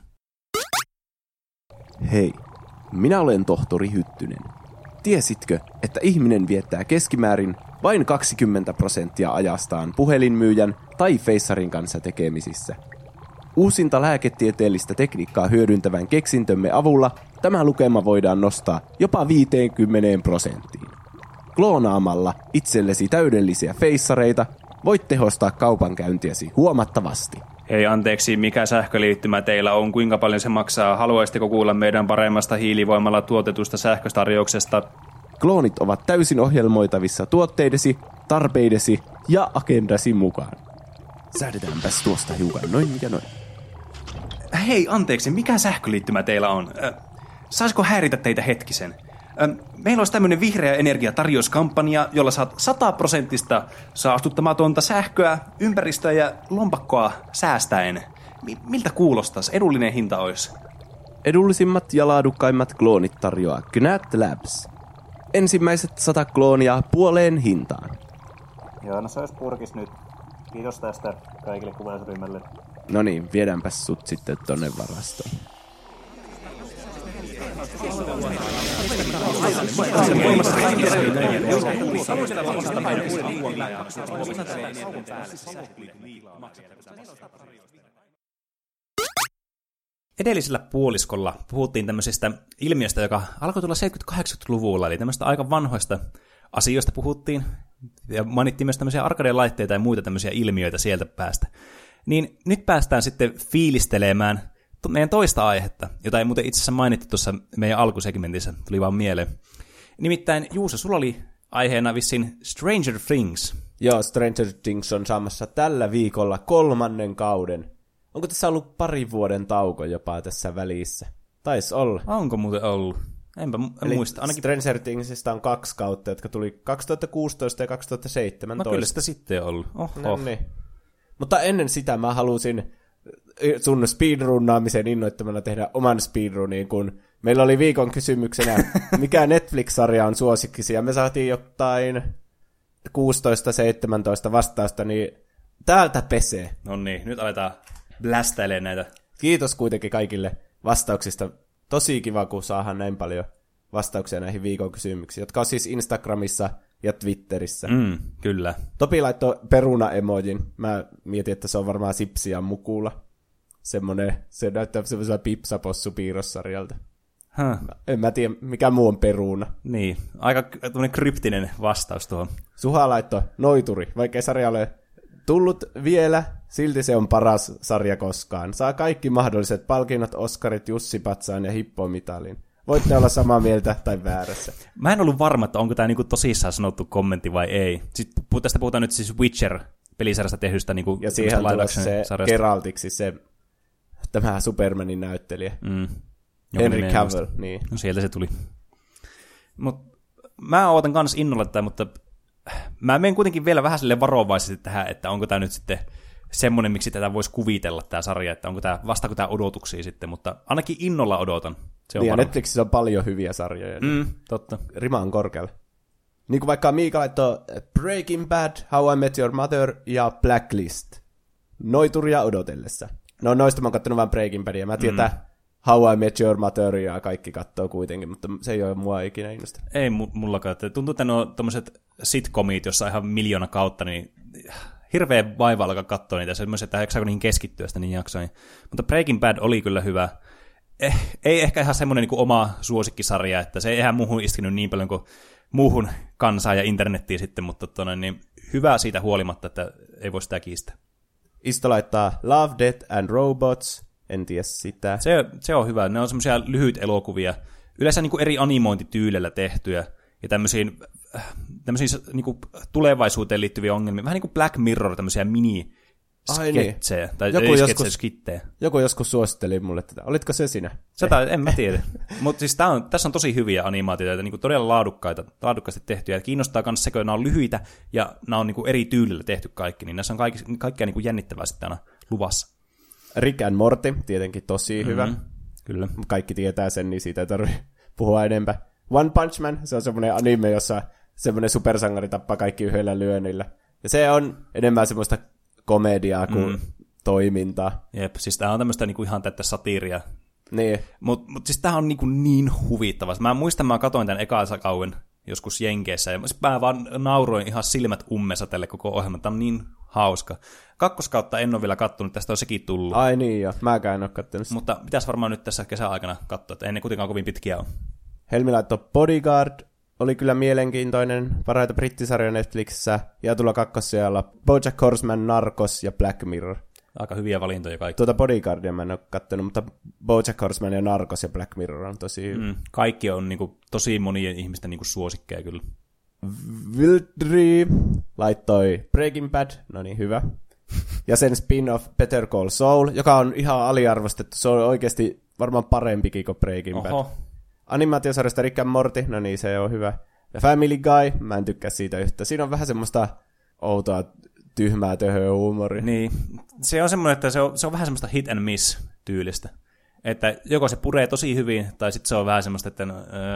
Hei, minä olen tohtori Hyttynen. Tiesitkö, että ihminen viettää keskimäärin vain 20% ajastaan puhelinmyyjän tai feissarin kanssa tekemisissä? Uusinta lääketieteellistä tekniikkaa hyödyntävän keksintömme avulla tämä lukema voidaan nostaa jopa 50%. Kloonaamalla itsellesi täydellisiä feissareita voit tehostaa kaupankäyntiäsi huomattavasti. Hei, anteeksi, mikä sähköliittymä teillä on? Kuinka paljon se maksaa? Haluaisitteko kuulla meidän paremmasta hiilivoimalla tuotetusta sähkötarjouksesta? Kloonit ovat täysin ohjelmoitavissa tuotteidesi, tarpeidesi ja agendasi mukaan. Säädetäänpäs tuosta hiukan noin ja noin. Hei, anteeksi, mikä sähköliittymä teillä on? Saisiko häiritä teitä hetkisen? Meillä olisi tämmöinen vihreä energiatarjouskampanja, jolla saat 100% saastuttamatonta sähköä, ympäristöä ja lompakkoa säästäen. Miltä kuulostaisi? Edullinen hinta olisi. Edullisimmat ja laadukkaimmat kloonit tarjoaa Gnat Labs. Ensimmäiset 100 kloonia puoleen hintaan. Joo, no se olisi purkis nyt. Kiitos tästä kaikille kuvausryhmälle. No niin, viedäänpäs sut sitten tonne varastoon. Edellisellä puoliskolla puhuttiin tämmöisestä ilmiöstä, joka alkoi tulla 70-80-luvulla, eli tämmöistä aika vanhoista asioista puhuttiin, ja mainittiin myös tämmöisiä arcade-laitteita ja muita tämmöisiä ilmiöitä sieltä päästä. Niin nyt päästään sitten fiilistelemään meidän toista aihetta, jota ei muuten itse asiassa mainittu tuossa meidän alkusegmentissä, tuli vaan mieleen. Nimittäin Juuso, sulla oli aiheena vissiin Stranger Things. Joo, Stranger Things on saamassa tällä viikolla 3. kauden. Onko tässä ollut 2 vuoden tauko jopa tässä välissä? Taisi olla. Onko muuten ollut? Enpä muista. Ainakin Stranger Thingsista on 2 kautta, jotka tuli 2016 ja 2017. No kyllä sitä sitten on ollut. No niin. Mutta ennen sitä mä halusin sun speedrunnaamisen innoittamana tehdä oman speedrunin, kun meillä oli viikon kysymyksenä, mikä Netflix-sarja on suosikkisi, ja me saatiin jotain 16-17 vastausta, niin täältä pesee. No niin, nyt aletaan blästäilemään näitä. Kiitos kuitenkin kaikille vastauksista. Tosi kiva, kun saadaan näin paljon vastauksia näihin viikon kysymyksiin, jotka on siis Instagramissa ja Twitterissä. Kyllä. Topi laittoi peruna-emojin. Mä mietin, että se on varmaan Sipsi ja Mukula. Se näyttää semmoisella pipsapossu piirrossarjalta. En mä tiedä, mikä muu on peruna. Niin, aika tämmöinen kryptinen vastaus tuohon. Suha laittoi Noituri, vaikka ei sarja ole tullut vielä, silti se on paras sarja koskaan. Saa kaikki mahdolliset palkinnot, Oscarit, Jussi Patsaan ja Hippo-mitalin. Voitte olla samaa mieltä tai väärässä. Mä en ollut varma, että onko tämä niinku tosissaan sanottu kommentti vai ei. Sitten tästä puhutaan nyt siis Witcher-pelisarjasta tehdystä niinku ja siihen tulee se Geraltiksi se tämä Supermanin näyttelijä. Henry Cavill, niin. No sieltä se tuli. Mä ootan kans innolla tätä, mutta mä menen kuitenkin vielä vähän silleen varovaisesti tähän, että onko tämä nyt sitten semmoinen, miksi tätä voisi kuvitella tämä sarja, että onko tämä, vastaako tämä odotuksia sitten, mutta ainakin innolla odotan. Se on ja Netflixissä on paljon hyviä sarjoja. Totta. Rima on korkealla. Niin kuin vaikka Miika laittoi Breaking Bad, How I Met Your Mother ja Blacklist. Noituria odotellessa. No noista mä oon kattonut vaan Breaking Badia. Mä tiedän, How I Met Your Mother ja kaikki kattoo kuitenkin, mutta se ei ole mua ikinä innosta. Ei mullakaan. Tuntuu, että ne on tommoset sitcomit, jossa on ihan 1,000,000 kautta, niin hirveä vaiva alkaa katsoa niitä. Se myös, että jaksaako niihin keskittyä sitä niin jaksoin. Mutta Breaking Bad oli kyllä hyvä. Ei ehkä ihan semmoinen niin kuin oma suosikkisarja, että se ei ihan muuhun iskenyt niin paljon kuin muuhun kansaan ja internettiin sitten, mutta niin hyvä siitä huolimatta, että ei voi sitä kiistää. Isto laittaa Love, Death and Robots. En tiedä sitä. Se on hyvä. Ne on semmoisia lyhyt elokuvia. Yleensä niin kuin eri animointityylillä tehtyjä. Ja tämmöisiä niin kuin tulevaisuuteen liittyviä ongelmia. Vähän niin kuin Black Mirror, tämmöisiä sketsejä. Tai skittejä. Joku joskus suositteli mulle tätä. Olitko se sinä? En mä tiedä. Mutta siis tässä on tosi hyviä animaatioita, niin todella laadukkaasti tehtyjä. Kiinnostaa myös se, kun nämä on lyhyitä ja nämä on niin eri tyylillä tehty kaikki, niin näissä on kaikkea niin jännittävää sitten aina luvassa. Rick and Morty, tietenkin tosi hyvä. Kyllä. Kaikki tietää sen, niin siitä ei tarvitse puhua enempää. One Punch Man, se on semmoinen anime, jossa semmoinen supersangari tappaa kaikki yhdellä lyönnillä. Ja se on enemmän semmoista komediaa kuin toimintaa. Jep, siis tää on tämmöistä niinku ihan täyttä satiiria. Niin. Mut siis tää on niin huvittavaa. Mä muistan, mä katsoin tän ekansa kauden joskus Jenkeissä, ja mä vaan nauroin ihan silmät ummessa tälle koko ohjelman. Tää on niin hauska. Kakkoskautta en ole vielä kattonut, tästä on sekin tullut. Ai niin jo, mäkään en ole kattonut. Mutta pitäisi varmaan nyt tässä kesän aikana katsoa, että ennen kuitenkaan kovin pitkiä on. Helmi laittoi Bodyguard, oli kyllä mielenkiintoinen, parhaita brittisarjoja Netflixissä, ja tulla kakkossijalla BoJack Horseman, Narcos ja Black Mirror. Aika hyviä valintoja kaikki. Tuota Bodyguardia mä en ole kattonut, mutta BoJack Horseman ja Narcos ja Black Mirror on tosi hyvä. Kaikki on niinku tosi monien ihmisten niinku suosikkeja kyllä. Wildry laittoi Breaking Bad, no niin hyvä. Ja sen spin-off Better Call Saul, joka on ihan aliarvostettu, se on oikeasti varmaan parempikin kuin Breaking Bad. Animaatiosarjasta Rick and Morty, no niin, se on hyvä. Ja Family Guy, mä en tykkää siitä yhtä. Siinä on vähän semmoista outoa, tyhmää huumoria. Niin, se on semmoinen, että se on vähän semmoista hit and miss tyylistä. Että joko se puree tosi hyvin, tai sitten se on vähän semmoista, että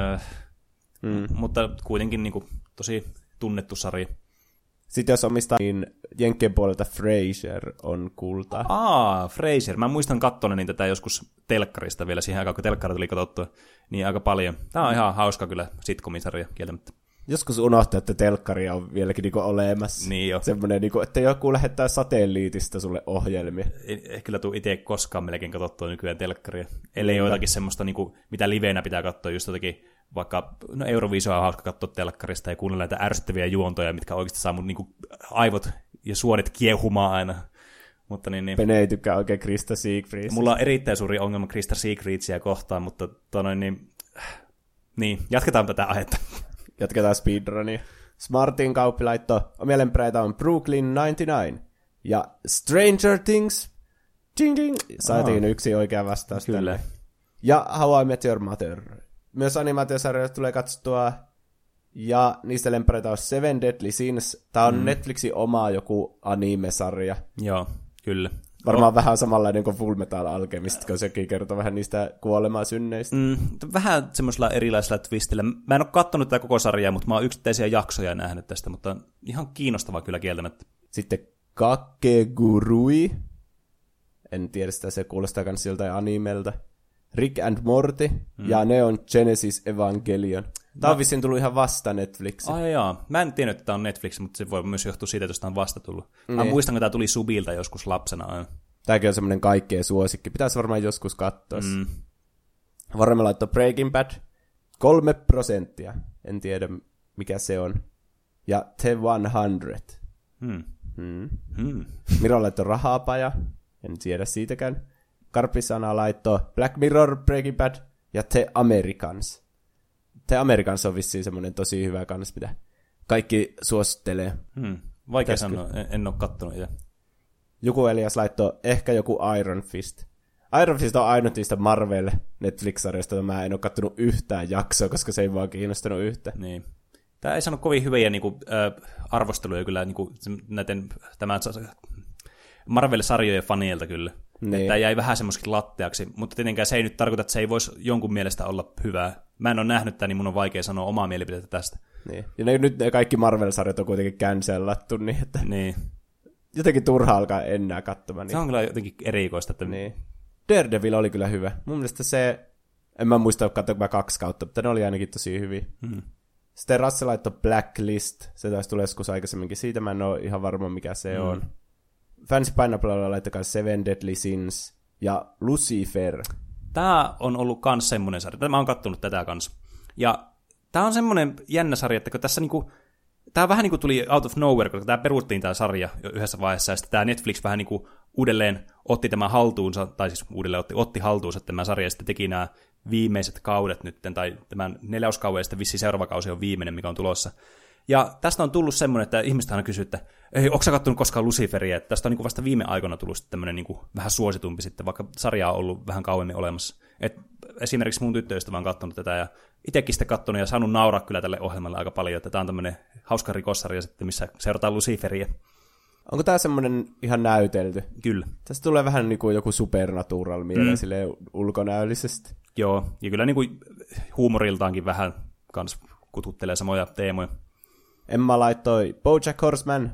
mutta kuitenkin niin kuin, tosi tunnettu sarja. Sitten jos omistaa, niin Jenkkien puolelta Frasier on kulta. Frasier. Mä muistan kattoneen tätä joskus telkkarista vielä siihen aikaan, kun telkkari tuli katsottua, niin aika paljon. Tää on ihan hauska kyllä sitcomisarja kieltämättä. Joskus unohtaa, että telkkari on vieläkin niinku olemassa. Niin jo. Semmoinen, niinku, että joku lähettää satelliitista sulle ohjelmia. Ei kyllä tule itse koskaan melkein katsottua nykyään telkkaria. Ellei jotakin semmoista, niinku, mitä liveenä pitää katsoa, just jotakin vaikka Euroviisua on hauska katsoa telkkarista ja kuunnella näitä ärsyttäviä juontoja, mitkä oikeasti saa mun niinku aivot ja suonet kiehumaan aina. Mutta niin. Pene ei tykkää oikein Krista Siegfriedsia. Mulla on erittäin suuri ongelma Krista Siegfriedsia kohtaan, mutta niin, jatketaan tätä aihetta. Jatketaan speedrunia. Smartin kauppilaitto mielenperäitä on Brooklyn 99. Ja Stranger Things. Ding ding. Saatiin yksi oikea vastaus. Kyllä. Tälle. Ja How I Met Your Mother. Myös animaatiosarjoja tulee katsottua. Ja niistä lempäreitä on Seven Deadly Sins. Tää on Netflixin oma joku anime-sarja. Joo, kyllä. Varmaan vähän samanlainen kuin Full Metal Alchemist, kun sekin kertoo vähän niistä kuolemaa synneistä. Vähän semmoisella erilaisella twistillä. Mä en ole katsonut tätä koko sarjaa, mutta mä oon yksittäisiä jaksoja nähnyt tästä, mutta ihan kiinnostavaa kyllä kieltämättä. Sitten Kakegurui. En tiedä sitä, se kuulostaa myös siltä animelta. Rick and Morty ja Neon Genesis Evangelion. Tämä on vissiin tullut ihan vasta Netflixiin. Ai jaa. Mä en tiennyt, että tämä on Netflix, mutta se voi myös johtua siitä, että tämä on vasta tullut. Mä muistan, kun tämä tuli Subilta joskus lapsena. Tämäkin on semmoinen kaikkea suosikki. Pitäisi varmaan joskus katsoa. Varmaan laittoi Breaking Bad 3%. En tiedä, mikä se on. Ja The 100. Miro laittoi Rahapaja. En tiedä siitäkään. Karpisana laittoi Black Mirror, Breaking Bad ja The Americans. The Americans on vissiin semmoinen tosi hyvä kans, mitä kaikki suosittelee. Vaikea sanoa, en ole kattonut. Joku Elias laittoi ehkä joku Iron Fist. Iron Fist on ainut niistä Marvel Netflix-sarjasta, jota mä en ole kattonut yhtään jaksoa, koska se ei vaan kiinnostanut yhtään. Niin. Tämä ei sanonut kovin hyviä arvosteluja kyllä näiden tämän Marvel-sarjojen faneilta kyllä. Niin. Tämä jäi vähän semmoisikin latteaksi, mutta tietenkään se ei nyt tarkoita, että se ei voisi jonkun mielestä olla hyvää. Mä en ole nähnyt tätä, niin mun on vaikea sanoa omaa mielipiteitä tästä. Niin. Ja nyt ne kaikki Marvel-sarjat on kuitenkin cancelattu, niin että niin. Jotenkin turha alkaa enää katsomaan. Niin. Se on kyllä jotenkin erikoista. Että niin. Daredevil oli kyllä hyvä. Mun mielestä se, en mä muista katsoa 2 kautta, mutta ne oli ainakin tosi hyviä. Sitten Rasse laittoi Blacklist, se taisi tulla joskus aikaisemminkin. Siitä mä en ole ihan varma, mikä se on. Fancy Pineapple laittakaa Seven Deadly Sins ja Lucifer. Tää on ollut kans semmonen sarja. Mä oon kattonut tätä kans. Ja tää on semmonen jännä sarja, että kun tässä niinku, tää vähän niinku tuli out of nowhere, koska tää peruttiin tää sarja jo yhdessä vaiheessa, ja sitten tää Netflix vähän niinku uudelleen otti tämän haltuunsa, tai siis uudelleen otti haltuunsa tämän sarjan, ja sitten teki nämä viimeiset kaudet nyt, tai tämän 4. kauden, ja sitten vissiin seuraava kausi on viimeinen, mikä on tulossa. Ja tästä on tullut semmoinen, että ihmiset aina kysyy, että ei, onko sä kattonut koskaan Luciferia? Että tästä on niin vasta viime aikoina tullut tämmöinen niin vähän suositumpi sitten, vaikka sarja on ollut vähän kauemmin olemassa. Et esimerkiksi mun tyttöystävä on katsonut tätä ja itsekin sitten katsonut ja saanut nauraa kyllä tälle ohjelmalle aika paljon, että tämä on tämmöinen hauska rikossarja sitten, missä seurataan Luciferia. Onko tämä semmoinen ihan näytelty? Kyllä. Tästä tulee vähän niin kuin joku Supernatural mieleen silleen ulkonäöllisesti. Joo, ja kyllä niin kuin huumoriltaankin vähän kans kututtelee samoja teemoja. Emma laittoi BoJack Horseman,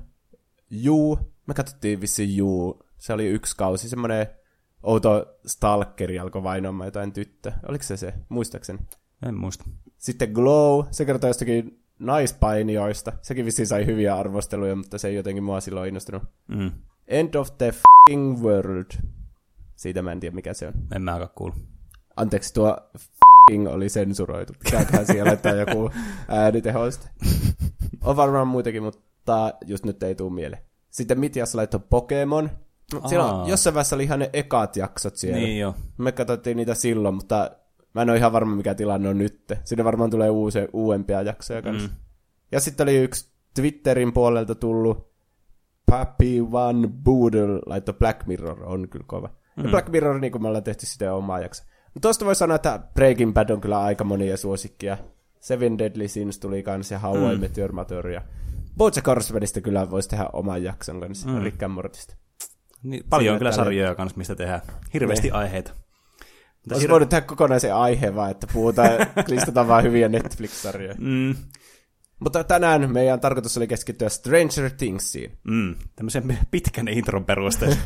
me katsottiin vissiin se oli 1 kausi, semmoinen outo stalkeri alkoi vainoamaan jotain tyttö. Oliko se? Muistaakseni? En muista. Sitten Glow, se kertoo jostakin naispainijoista. Sekin vissiin sai hyviä arvosteluja, mutta se ei jotenkin mua silloin innostunut. End of the f***ing world. Siitä mä en tiedä, mikä se on. En mä aika kuulu. Anteeksi, tuo f***ing oli sensuroitu. Pitääköhän siellä laittaa joku äänitehoista. On varmaan muitakin, mutta just nyt ei tule mieleen. Sitten Mitias laittoi Pokemon. Siellä jossain vaiheessa oli ihan ne ekat jaksot siellä. Niin jo. Me katsottiin niitä silloin, mutta mä en ole ihan varma, mikä tilanne on nyt. Sinne varmaan tulee uudempia jaksoja kanssa. Ja sitten oli yksi Twitterin puolelta tullut Pappy One Boodle laittoi Black Mirror, on kyllä kova. Ja Black Mirror, niin kuin me ollaan tehty sitä omaa jaksoa. Mutta tuosta voi sanoa, että Breaking Bad on kyllä aika monia suosikkia. Seven Deadly Sins tuli kanssa ja How I Met Your Mother. Ja BoJack Horsemanista kyllä voisi tehdä oman jakson kanssa, Rick and Mortista. Niin, paljon on kyllä sarjoja kanssa, mistä tehdään hirveästi aiheita. Olisi voinut tehdä kokonaisen aiheen vaan, että listataan vaan hyviä Netflix-sarjoja. Mutta tänään meidän tarkoitus oli keskittyä Stranger Thingsiin. Tämmöisen pitkän intron perusteella.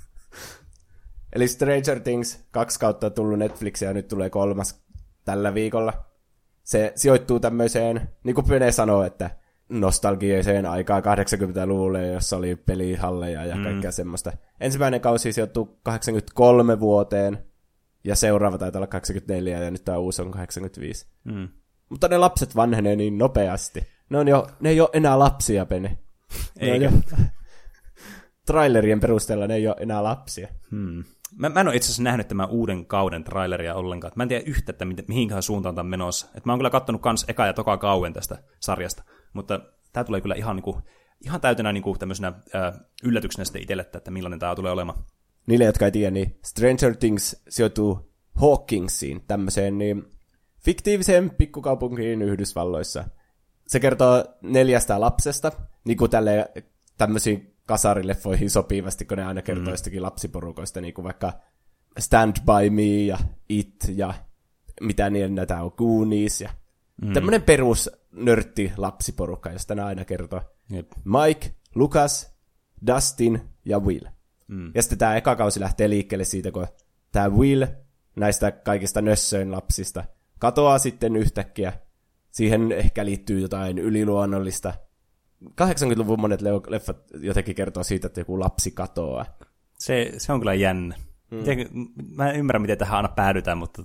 Eli Stranger Things 2 kautta on tullut Netflixiä ja nyt tulee 3 tällä viikolla. Se sijoittuu tämmöiseen, niin kuin Pene sanoo, että nostalgiaiseen aikaan 80-luvulle, jossa oli pelihalleja ja kaikkea semmoista. Ensimmäinen kausi sijoittuu 83 vuoteen ja seuraava taitaa olla 84 ja nyt tämä uusi on 85. Mutta ne lapset vanhenee niin nopeasti. Ne ei ole enää lapsia, Pene. Eikä. Trailerien perusteella ne ei ole enää lapsia. Mä en ole itse asiassa nähnyt tämän uuden kauden traileria ollenkaan. Mä en tiedä yhtä, että mihinkään suuntaan tämä on menossa. Mä oon kyllä kattonut kans eka ja toka kauden tästä sarjasta, mutta tää tulee kyllä ihan täytänä tämmöisenä yllätyksenä sitten itselle, että millainen tää tulee olemaan. Niille, jotka ei tiedä, niin Stranger Things sijoituu Hawkingsiin, tämmöiseen niin fiktiiviseen pikkukaupunkiin Yhdysvalloissa. Se kertoo 4 lapsesta, niin kuin tämmöisiin kasarileffoihin sopivasti, kun ne aina kertoo jostakin lapsiporukoista, niin kuin vaikka Stand By Me ja It ja mitä näitä on, Goonies ja tämmöinen perus nörtti lapsiporukka, josta ne aina kertoo. Jep. Mike, Lucas, Dustin ja Will. Ja sitten tämä eka kausi lähtee liikkeelle siitä, kun tämä Will näistä kaikista nössöin lapsista katoaa sitten yhtäkkiä. Siihen ehkä liittyy jotain yliluonnollista. 80-luvun monet leffat jotenkin kertoo siitä, että joku lapsi katoaa. Se on kyllä jännä. Mä en ymmärrä, miten tähän aina päädytään, mutta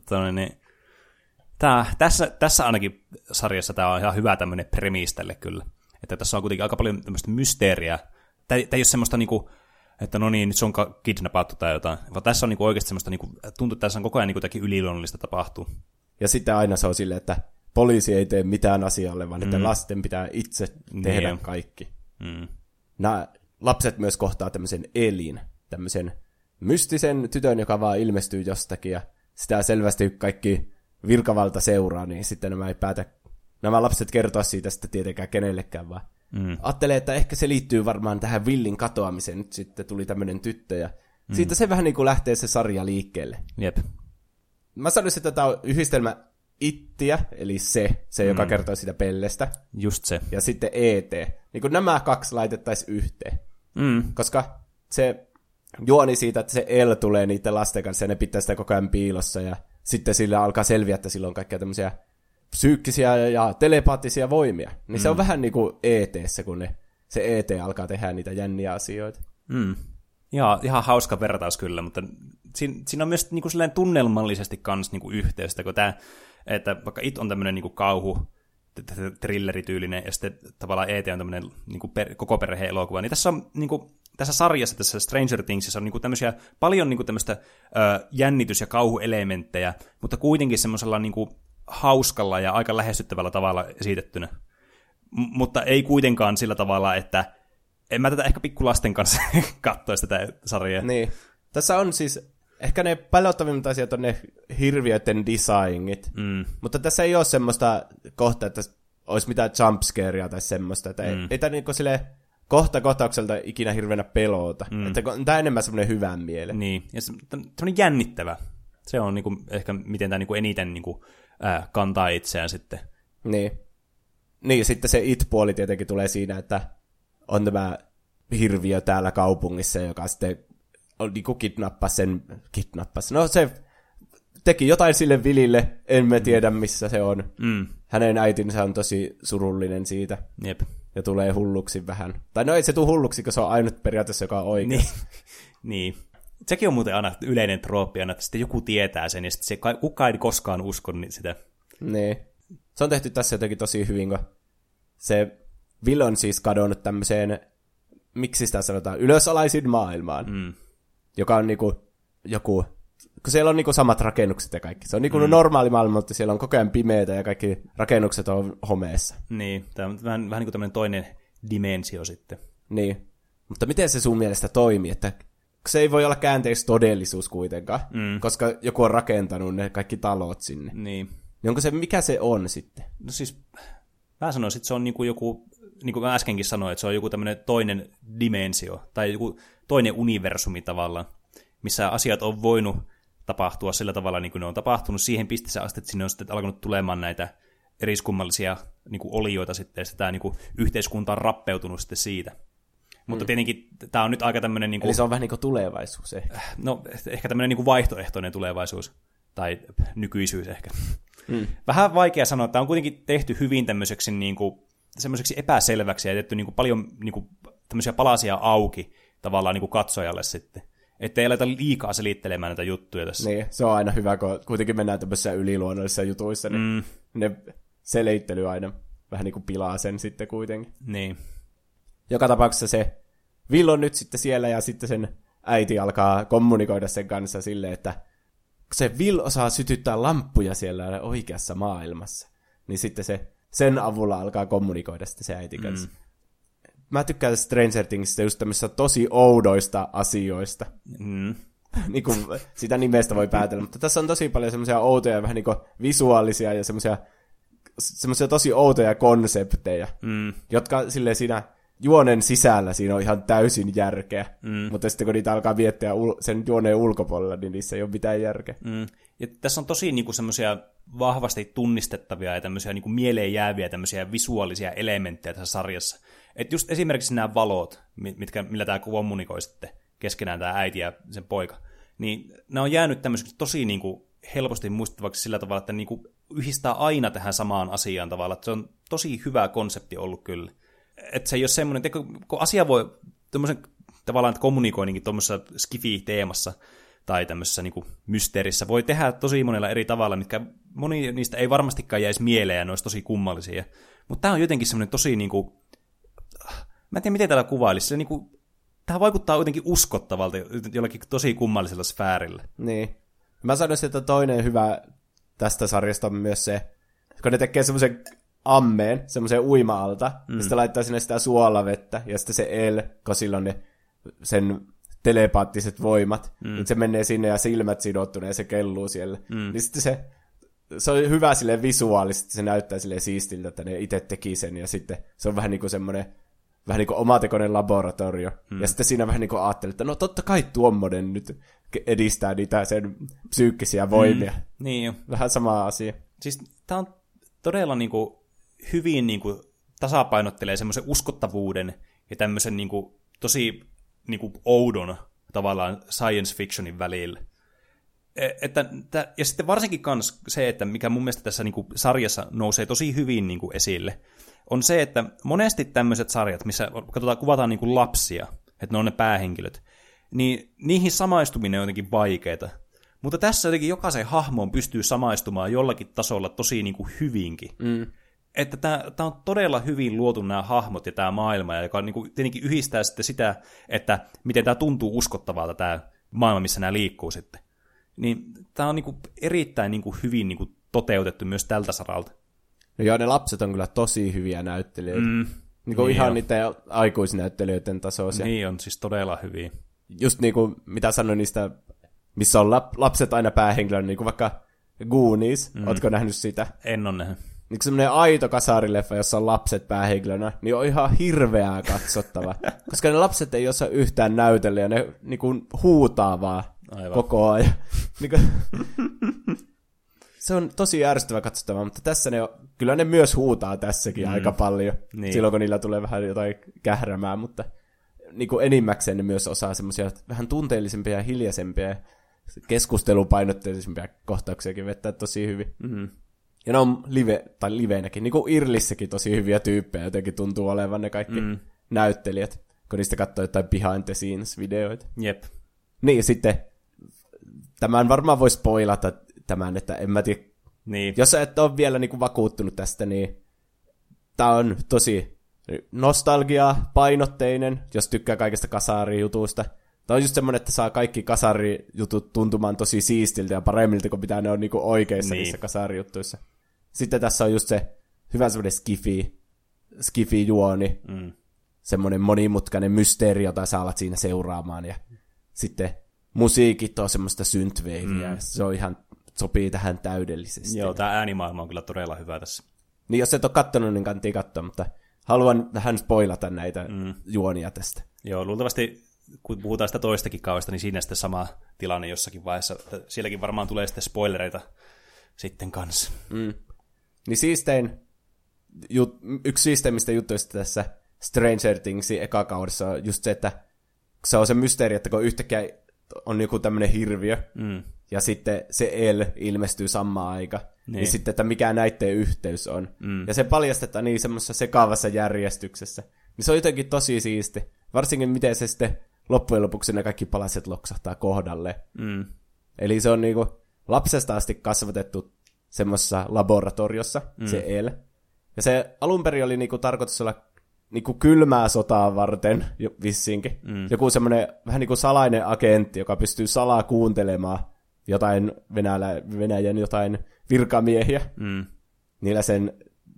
tässä ainakin sarjassa tämä on ihan hyvä tämmöinen premis tälle kyllä. Että tässä on kuitenkin aika paljon tämmöistä mysteeriä. Tämä ei ole semmoista niinku, että no niin, nyt se on kidnappattu tai jotain. Vaan tässä on niinku oikeasti semmoista, niinku, tuntuu, että tässä on koko ajan niinku jotakin yliluonnollista tapahtuu. Ja sitten aina se on silleen, että poliisi ei tee mitään asialle, vaan että lasten pitää itse tehdä kaikki. Nämä lapset myös kohtaa tämmöisen Elin, tämmöisen mystisen tytön, joka vaan ilmestyy jostakin, ja sitä selvästi kaikki virkavalta seuraa, niin sitten nämä lapset kertoa siitä sitten tietenkään kenellekään, vaan ajattelee, että ehkä se liittyy varmaan tähän Willin katoamiseen. Nyt sitten tuli tämmöinen tyttö, ja siitä se vähän niin kuin lähtee se sarja liikkeelle. Jep. Mä sanoisin, että tämä on yhdistelmä Ittiä, eli se joka kertoo siitä pellestä. Just se. Ja sitten ET. Niin kuin nämä 2 laitettaisiin yhteen. Koska se juoni siitä, että se El tulee niiden lasten kanssa, ja ne pitää sitä koko ajan piilossa, ja sitten sillä alkaa selviä, että sillä on kaikkia tämmöisiä psyykkisiä ja telepaattisia voimia. Niin se on vähän niin kuin ET:ssä, kun se ET alkaa tehdä niitä jänniä asioita. Ja ihan hauska vertaus kyllä, mutta siinä on myös niinku tunnelmallisesti kans niinku yhteystä, kun että vaikka It on tämmöinen niinku kauhu, thrillerityylinen, ja sitten tavallaan ET on tämmöinen niinku koko perheen elokuva, niin tässä on niinku, tässä sarjassa, tässä Stranger Thingsissa on niinku tämmöisiä, paljon niinku tämmöistä jännitys- ja kauhuelementtejä, mutta kuitenkin semmoisella niinku hauskalla ja aika lähestyttävällä tavalla esitettynä. mutta ei kuitenkaan sillä tavalla, että en mä tätä ehkä pikkulasten kanssa katsoisi tätä sarjaa. Niin. Tässä on siis, ehkä ne pelottavimmat asiat on ne hirviöiden designit, mutta tässä ei ole semmoista kohtaa, että olisi mitään jumpscarea tai semmoista, että ei tämä niinku silleen kohtaukselta ikinä hirveänä pelota, että tämä on enemmän semmoinen hyvän mielen. Niin, ja semmoinen jännittävä. Se on niinku ehkä miten tämä niinku eniten niinku, kantaa itseään sitten. Niin, sitten se it-puoli tietenkin tulee siinä, että on tämä hirviö täällä kaupungissa, joka sitten niinku kidnappasi. No se teki jotain sille Willille, emme tiedä missä se on. Hänen äitinsä on tosi surullinen siitä. Jep. Ja tulee hulluksi vähän. Tai no ei se tule hulluksi, kun se on ainut periaatteessa, joka on oikeassa. Niin. Sekin on muuten aina yleinen trooppi, että sitten joku tietää sen, ja sitten kukaan ei koskaan usko sitä. Niin. Se on tehty tässä jotenkin tosi hyvin, kun se Will on siis kadonnut tämmöiseen, miksi sitä sanotaan, ylösalaisin maailmaan, joka on niinku joku, kun siellä on niinku samat rakennukset ja kaikki. Se on niinku normaali maailma, mutta siellä on koko ajan pimeätä ja kaikki rakennukset on homeessa. niin tämä on vähän niin kuin tämmöinen toinen dimensio sitten. Niin, mutta miten se sun mielestä toimii, että se ei voi olla käänteistä todellisuus kuitenkaan, koska joku on rakentanut ne kaikki talot sinne. Niin. Onko se, mikä se on sitten? No siis, mä sanoisin, että se on niin kuin joku, niin kuin mä äskenkin sanoin, että se on joku tämmöinen toinen dimensio, tai joku toinen universumi tavallaan, missä asiat on voinut tapahtua sillä tavalla, niin kuin ne on tapahtunut siihen pisteeseen asti, että sinne on sitten alkanut tulemaan näitä eriskummallisia niin kuin olioita sitten, ja sitten tämä niin kuin yhteiskunta on rappeutunut sitten siitä. Mutta tietenkin tämä on nyt aika tämmöinen... Niin kuin, eli se on vähän niin kuin tulevaisuus ehkä. No, ehkä tämmöinen niin kuin vaihtoehtoinen tulevaisuus, tai nykyisyys ehkä. Vähän vaikea sanoa, että tämä on kuitenkin tehty hyvin tämmöiseksi niin kuin, semmoiseksi epäselväksi, ja jätetty niin kuin paljon niin kuin, tämmöisiä palasia auki tavallaan niin kuin katsojalle sitten. Että ei aleta liikaa selittelemään näitä juttuja tässä. Niin, se on aina hyvä, kun kuitenkin mennään tämmöisissä yliluonnollisissa jutuissa, niin ne selittely aina vähän niin kuin pilaa sen sitten kuitenkin. Niin. Joka tapauksessa se Will on nyt sitten siellä, ja sitten sen äiti alkaa kommunikoida sen kanssa silleen, että se Will osaa sytyttää lamppuja siellä oikeassa maailmassa. Niin sitten se sen avulla alkaa kommunikoida sitten se äiti kanssa. Mä tykkään Stranger Thingsista just tämmöisistä tosi oudoista asioista. Niin kuin sitä nimestä voi päätellä, mutta tässä on tosi paljon semmoisia outoja, vähän niin kuin visuaalisia ja semmoisia tosi outoja konsepteja, jotka silleen siinä juonen sisällä siinä on ihan täysin järkeä, mutta sitten kun niitä alkaa viettää sen juoneen ulkopuolella, niin niissä ei ole mitään järkeä. Ja tässä on tosi niinku semmoisia vahvasti tunnistettavia ja tämmöisiä niinku mieleen jääviä tämmöisiä visuaalisia elementtejä tässä sarjassa. Että just esimerkiksi nämä valot, millä tämä kommunikoi sitten keskenään tämä äiti ja sen poika, niin nämä on jäänyt tämmöiseksi tosi niinku helposti muistettavaksi sillä tavalla, että niinku yhdistää aina tähän samaan asiaan tavalla. Että se on tosi hyvä konsepti ollut kyllä. Että se ei ole semmoinen, että kun asia voi tämmöisen tavallaan kommunikoinninkin tuommoisessa skifi-teemassa tai tämmöisessä niin kuin mysteerissä voi tehdä tosi monella eri tavalla, mitkä moni niistä ei varmastikaan jäisi mieleen ja ne olisi tosi kummallisia. Mutta tämä on jotenkin semmoinen tosi, niin kuin, mä en tiedä miten täällä kuvailisi, se, niin kuin, tämä vaikuttaa jotenkin uskottavalta jollakin tosi kummallisella sfäärillä. Niin. Mä sanoisin, että toinen hyvä tästä sarjasta on myös se, kun ne tekee semmoisen ammeen, semmoisen uima-alta, ja sitten laittaa sinne sitä suolavettä, ja sitten se kun sillä on ne sen telepaattiset voimat, niin se menee sinne ja silmät sidottuneen ja se kelluu siellä. Niin sitten se on hyvä silleen visuaalisesti, se näyttää silleen siistiltä, että ne itse teki sen, ja sitten se on vähän niin kuin semmoinen vähän niin kuin omatekoinen laboratorio. Ja sitten siinä vähän niin kuin ajattelee, että no totta kai tuommoinen nyt edistää niitä sen psyykkisiä voimia. Niin jo. Vähän sama asia. Siis tämä on todella niin kuin hyvin niin kuin tasapainottelee semmoisen uskottavuuden ja tämmöisen niin kuin tosi niin kuin oudon tavallaan science fictionin välillä. Ja sitten varsinkin kans se, että mikä mun mielestä tässä niin kuin sarjassa nousee tosi hyvin niin kuin esille, on se, että monesti tämmöiset sarjat, missä kuvataan niin kuin lapsia, että ne on ne päähenkilöt, niin niihin samaistuminen on jotenkin vaikeaa. Mutta tässä jotenkin jokaisen hahmoon pystyy samaistumaan jollakin tasolla tosi niin kuin hyvinkin. Että tämä on todella hyvin luotu nämä hahmot ja tämä maailma, joka niin kuin tietenkin yhdistää sitten sitä, että miten tämä tuntuu uskottavalta tämä maailma, missä nämä liikkuu sitten. Niin tämä on niin kuin erittäin niin kuin hyvin niin kuin toteutettu myös tältä saralta. No joo, ne lapset on kyllä tosi hyviä näyttelijöitä. Niin kuin ihan niiden aikuisnäyttelijöiden tasoisia. Niin on siis todella hyviä. Just niin kuin, mitä sanoin niistä, missä on lapset aina päähenkilönä, niin kuin vaikka Goonies. Ootko nähnyt sitä? En ole nähnyt. Niin semmoinen aito kasarileffa, jossa on lapset päähenkilönä, niin on ihan hirveää katsottava. Koska ne lapset ei osaa yhtään näytellä, ja ne niin kuin huutaa vaan koko ajan. Niin kuin, se on tosi ärsyttävää katsottavaa, mutta tässä kyllä ne myös huutaa tässäkin aika paljon. Niin. Silloin, kun niillä tulee vähän jotain kährämää, mutta niin kuin enimmäkseen ne myös osaa semmoisia vähän tunteellisempia ja hiljaisempia ja keskustelupainotteisempia kohtauksiakin vettää tosi hyvin. Ja ne on liveenäkin, niin kuin Irlissäkin tosi hyviä tyyppejä, jotenkin tuntuu olevan ne kaikki näyttelijät, kun niistä katsoo jotain behind the scenes-videoita. Jep. Niin, sitten tämän varmaan voi spoilata tämän, että en mä tiedä, jos sä et ole vielä niinku vakuuttunut tästä, niin tää on tosi nostalgia-painotteinen, jos tykkää kaikista kasarijutuista. Tää on just semmonen, että saa kaikki kasarijutut tuntumaan tosi siistiltä ja paremmilta, kuin mitä ne on niinku oikeissa niissä kasarijuttuissa. Sitten tässä on just se hyvä semmonen skifi-juoni, semmonen monimutkainen mysteeri, jota sä alat siinä seuraamaan, ja sitten musiikit on semmoista synthwavea, se on ihan sopii tähän täydellisesti. Joo, tää äänimaailma on kyllä todella hyvä tässä. Niin, jos et ole kattonut, niin kannattaa katsoa, mutta haluan vähän spoilata näitä juonia tästä. Joo, luultavasti kun puhutaan sitä toistakin kaudesta, niin siinä sitten sama tilanne jossakin vaiheessa. Sielläkin varmaan tulee sitten spoilereita sitten kanssa. Niin yksi siisteimmistä juttuista tässä Stranger Thingsin ekakaudessa on just se, että se on se mysteeri, että kun yhtäkkiä on joku tämmöinen hirviö, ja sitten se El ilmestyy samaan aikaan, niin sitten, että mikä näiden yhteys on. Ja se paljastetaan niin semmoisessa sekaavassa järjestyksessä. Niin se on jotenkin tosi siisti. Varsinkin miten se sitten loppujen lopuksi ne kaikki palaset loksahtaa kohdalle. Eli se on niinku lapsesta asti kasvatettu semmoisessa laboratoriossa, se El. Ja se alun perin oli niinku tarkoitus olla niinku kylmää sotaa varten vissiinkin. Joku semmoinen vähän niinku salainen agentti, joka pystyy salaa kuuntelemaan jotain Venäjän jotain virkamiehiä niillä sen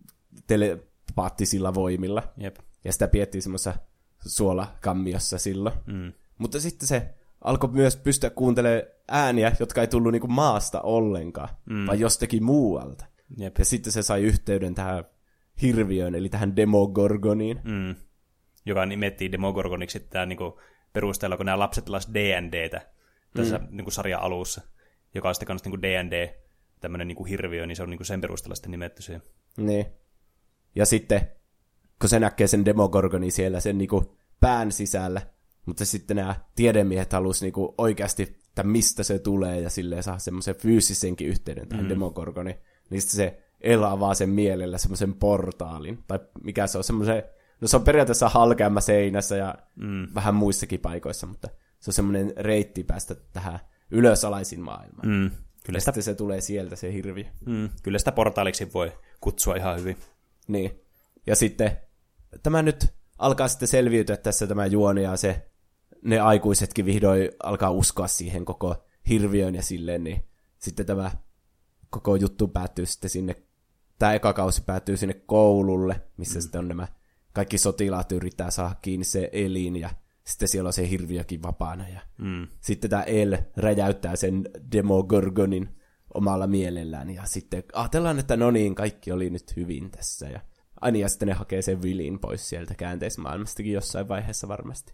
telepaattisilla voimilla. Jep. Ja sitä piettiin semmoisessa suolakammiossa silloin. Mutta sitten se alkoi myös pystyä kuuntelemaan ääniä, jotka ei tullut niinku maasta ollenkaan, vaan jostakin muualta. Jep. Ja sitten se sai yhteyden tähän hirviöön, eli tähän Demogorgoniin. Joka nimettiin Demogorgoniksi tämän niinku perusteella, kun nämä lapset pelasivat D&Dtä tässä niinku sarjan alussa, joka on sitten kanssa niinku D&D, tämmöinen niinku hirviö, niin se on niinku sen perusteella sitten nimetty siihen. Niin. Ja sitten, kun se näkee sen Demogorgonin siellä sen niinku pään sisällä, mutta sitten nämä tiedemiehet halusivat niinku oikeasti, että mistä se tulee, ja silleen saa semmoisen fyysisenkin yhteyden tähän Demogorgoniin, niin sitten se El avaa sen mielellä semmoisen portaalin, tai mikä se on, semmoisen, no se on periaatteessa halkeama seinässä ja vähän muissakin paikoissa, mutta se on semmoinen reitti päästä tähän ylösalaisin maailmaan. Kyllä sitten se tulee sieltä se hirviö. Kyllä sitä portaaliksi voi kutsua ihan hyvin. Niin. Ja sitten tämä nyt alkaa sitten selviytyä tässä tämä juoni, ja ne aikuisetkin vihdoin alkaa uskoa siihen koko hirviön ja silleen, niin sitten tämä koko juttu päättyy sitten sinne, tämä eka kausi päättyy sinne koululle, missä sitten on nämä kaikki sotilaat yrittää saada kiinni se Elin, ja sitten siellä on se hirviökin vapaana, ja sitten tämä El räjäyttää sen Demogorgonin omalla mielellään, ja sitten ajatellaan, että no niin, kaikki oli nyt hyvin tässä, ja aina ja sitten ne hakee sen Willin pois sieltä käänteismaailmastakin jossain vaiheessa varmasti.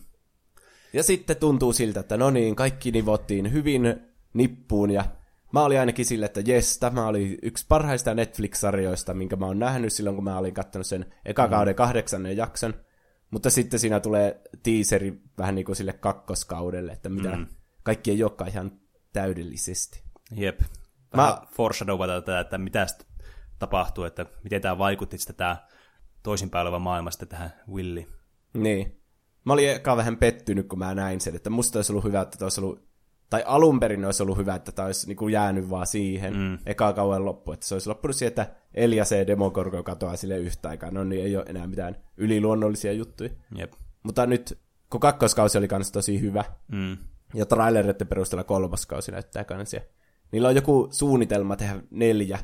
Ja sitten tuntuu siltä, että no niin, kaikki nivottiin hyvin nippuun, ja mä olin ainakin sille, että jes, tämä oli yksi parhaista Netflix-sarjoista, minkä mä oon nähnyt silloin, kun mä olin katsonut sen eka kauden 8. jakson. Mutta sitten siinä tulee teaseri vähän niin kuin sille kakkoskaudelle, että mitä kaikki ei olekaan ihan täydellisesti. Jep. Vähän foreshadowata tätä, että mitä tapahtuu, että miten tämä vaikutti sitten tämä toisinpäin oleva maailma sitten tähän Williin. Niin. Mä olin eka vähän pettynyt, kun mä näin sen, että musta olisi ollut hyvä, että tämä olisi ollut, tai alun perin olisi ollut hyvä, että tämä olisi niin kuin jäänyt vaan siihen eka kauden loppuun, että se olisi loppunut siihen, että El ja se Demogorgon katoaa sille yhtä aikaa, no niin ei ole enää mitään yliluonnollisia juttuja. Jep. Mutta nyt, kun kakkoskausi oli kans tosi hyvä, ja trailereiden perusteella kolmoskausi näyttää kans, ja niillä on joku suunnitelma tehdä 4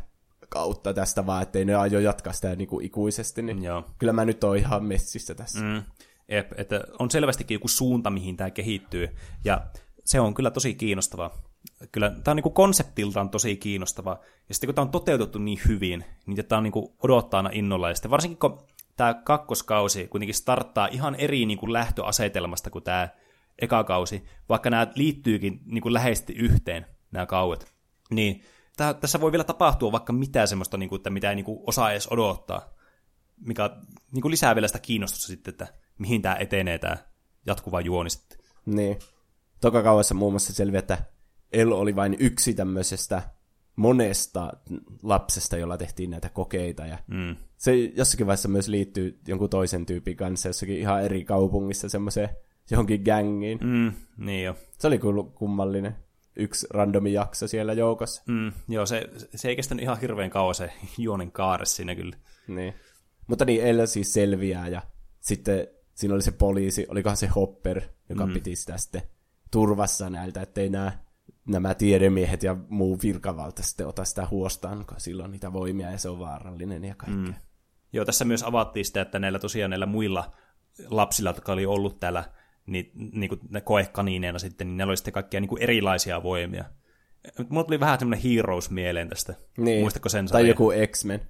kautta tästä vaan, ettei ne aio jatkaa sitä niinku ikuisesti, niin Joo. kyllä mä nyt oon ihan messissä tässä. Että on selvästikin joku suunta, mihin tämä kehittyy, ja se on kyllä tosi kiinnostavaa. Kyllä tämä on niinku konseptiltaan tosi kiinnostavaa, ja sitten kun tämä on toteutettu niin hyvin, niin tämä on niinku odottaa aina innolla, ja sitten varsinkin kun tämä kakkoskausi kuitenkin starttaa ihan eri niinku lähtöasetelmasta kuin tämä eka kausi, vaikka nämä liittyykin niinku läheisesti yhteen, nämä kauet, niin tässä voi vielä tapahtua vaikka mitään semmoista, niinku, että mitä ei niinku osaa edes odottaa, mikä niinku lisää vielä sitä kiinnostusta sitten, että mihin tämä etenee, tämä jatkuva juoni sitten. Niin. Toka kauessa muun muassa selviää, että El oli vain yksi tämmöisestä monesta lapsesta, jolla tehtiin näitä kokeita. Ja se jossakin vaiheessa myös liittyy jonkun toisen tyypin kanssa, jossakin ihan eri kaupungissa semmoiseen johonkin gängiin. Niin jo. Se oli kummallinen. Yksi randomi jakso siellä joukossa. Joo, se ei kestänyt ihan hirveän kauan se juonen kaare siinä kyllä. Niin. Mutta niin, El siis selviää ja sitten siinä oli se poliisi, olikohan se Hopper, joka piti sitä sitten turvassa näiltä, ettei nämä tiedemiehet ja muu virkavalta sitten ota sitä huostaan, kun silloin niitä voimia ja se on vaarallinen ja kaikkea. Joo, tässä myös avattiin sitä, että näillä muilla lapsilla, jotka oli ollut täällä niin kuin ne koekaniineina sitten, niin näillä oli sitten kaikkia niin kuin erilaisia voimia. Mulla tuli vähän semmoinen Heroes mieleen tästä. Niin. Muistatko sen? Tai joku X-Men.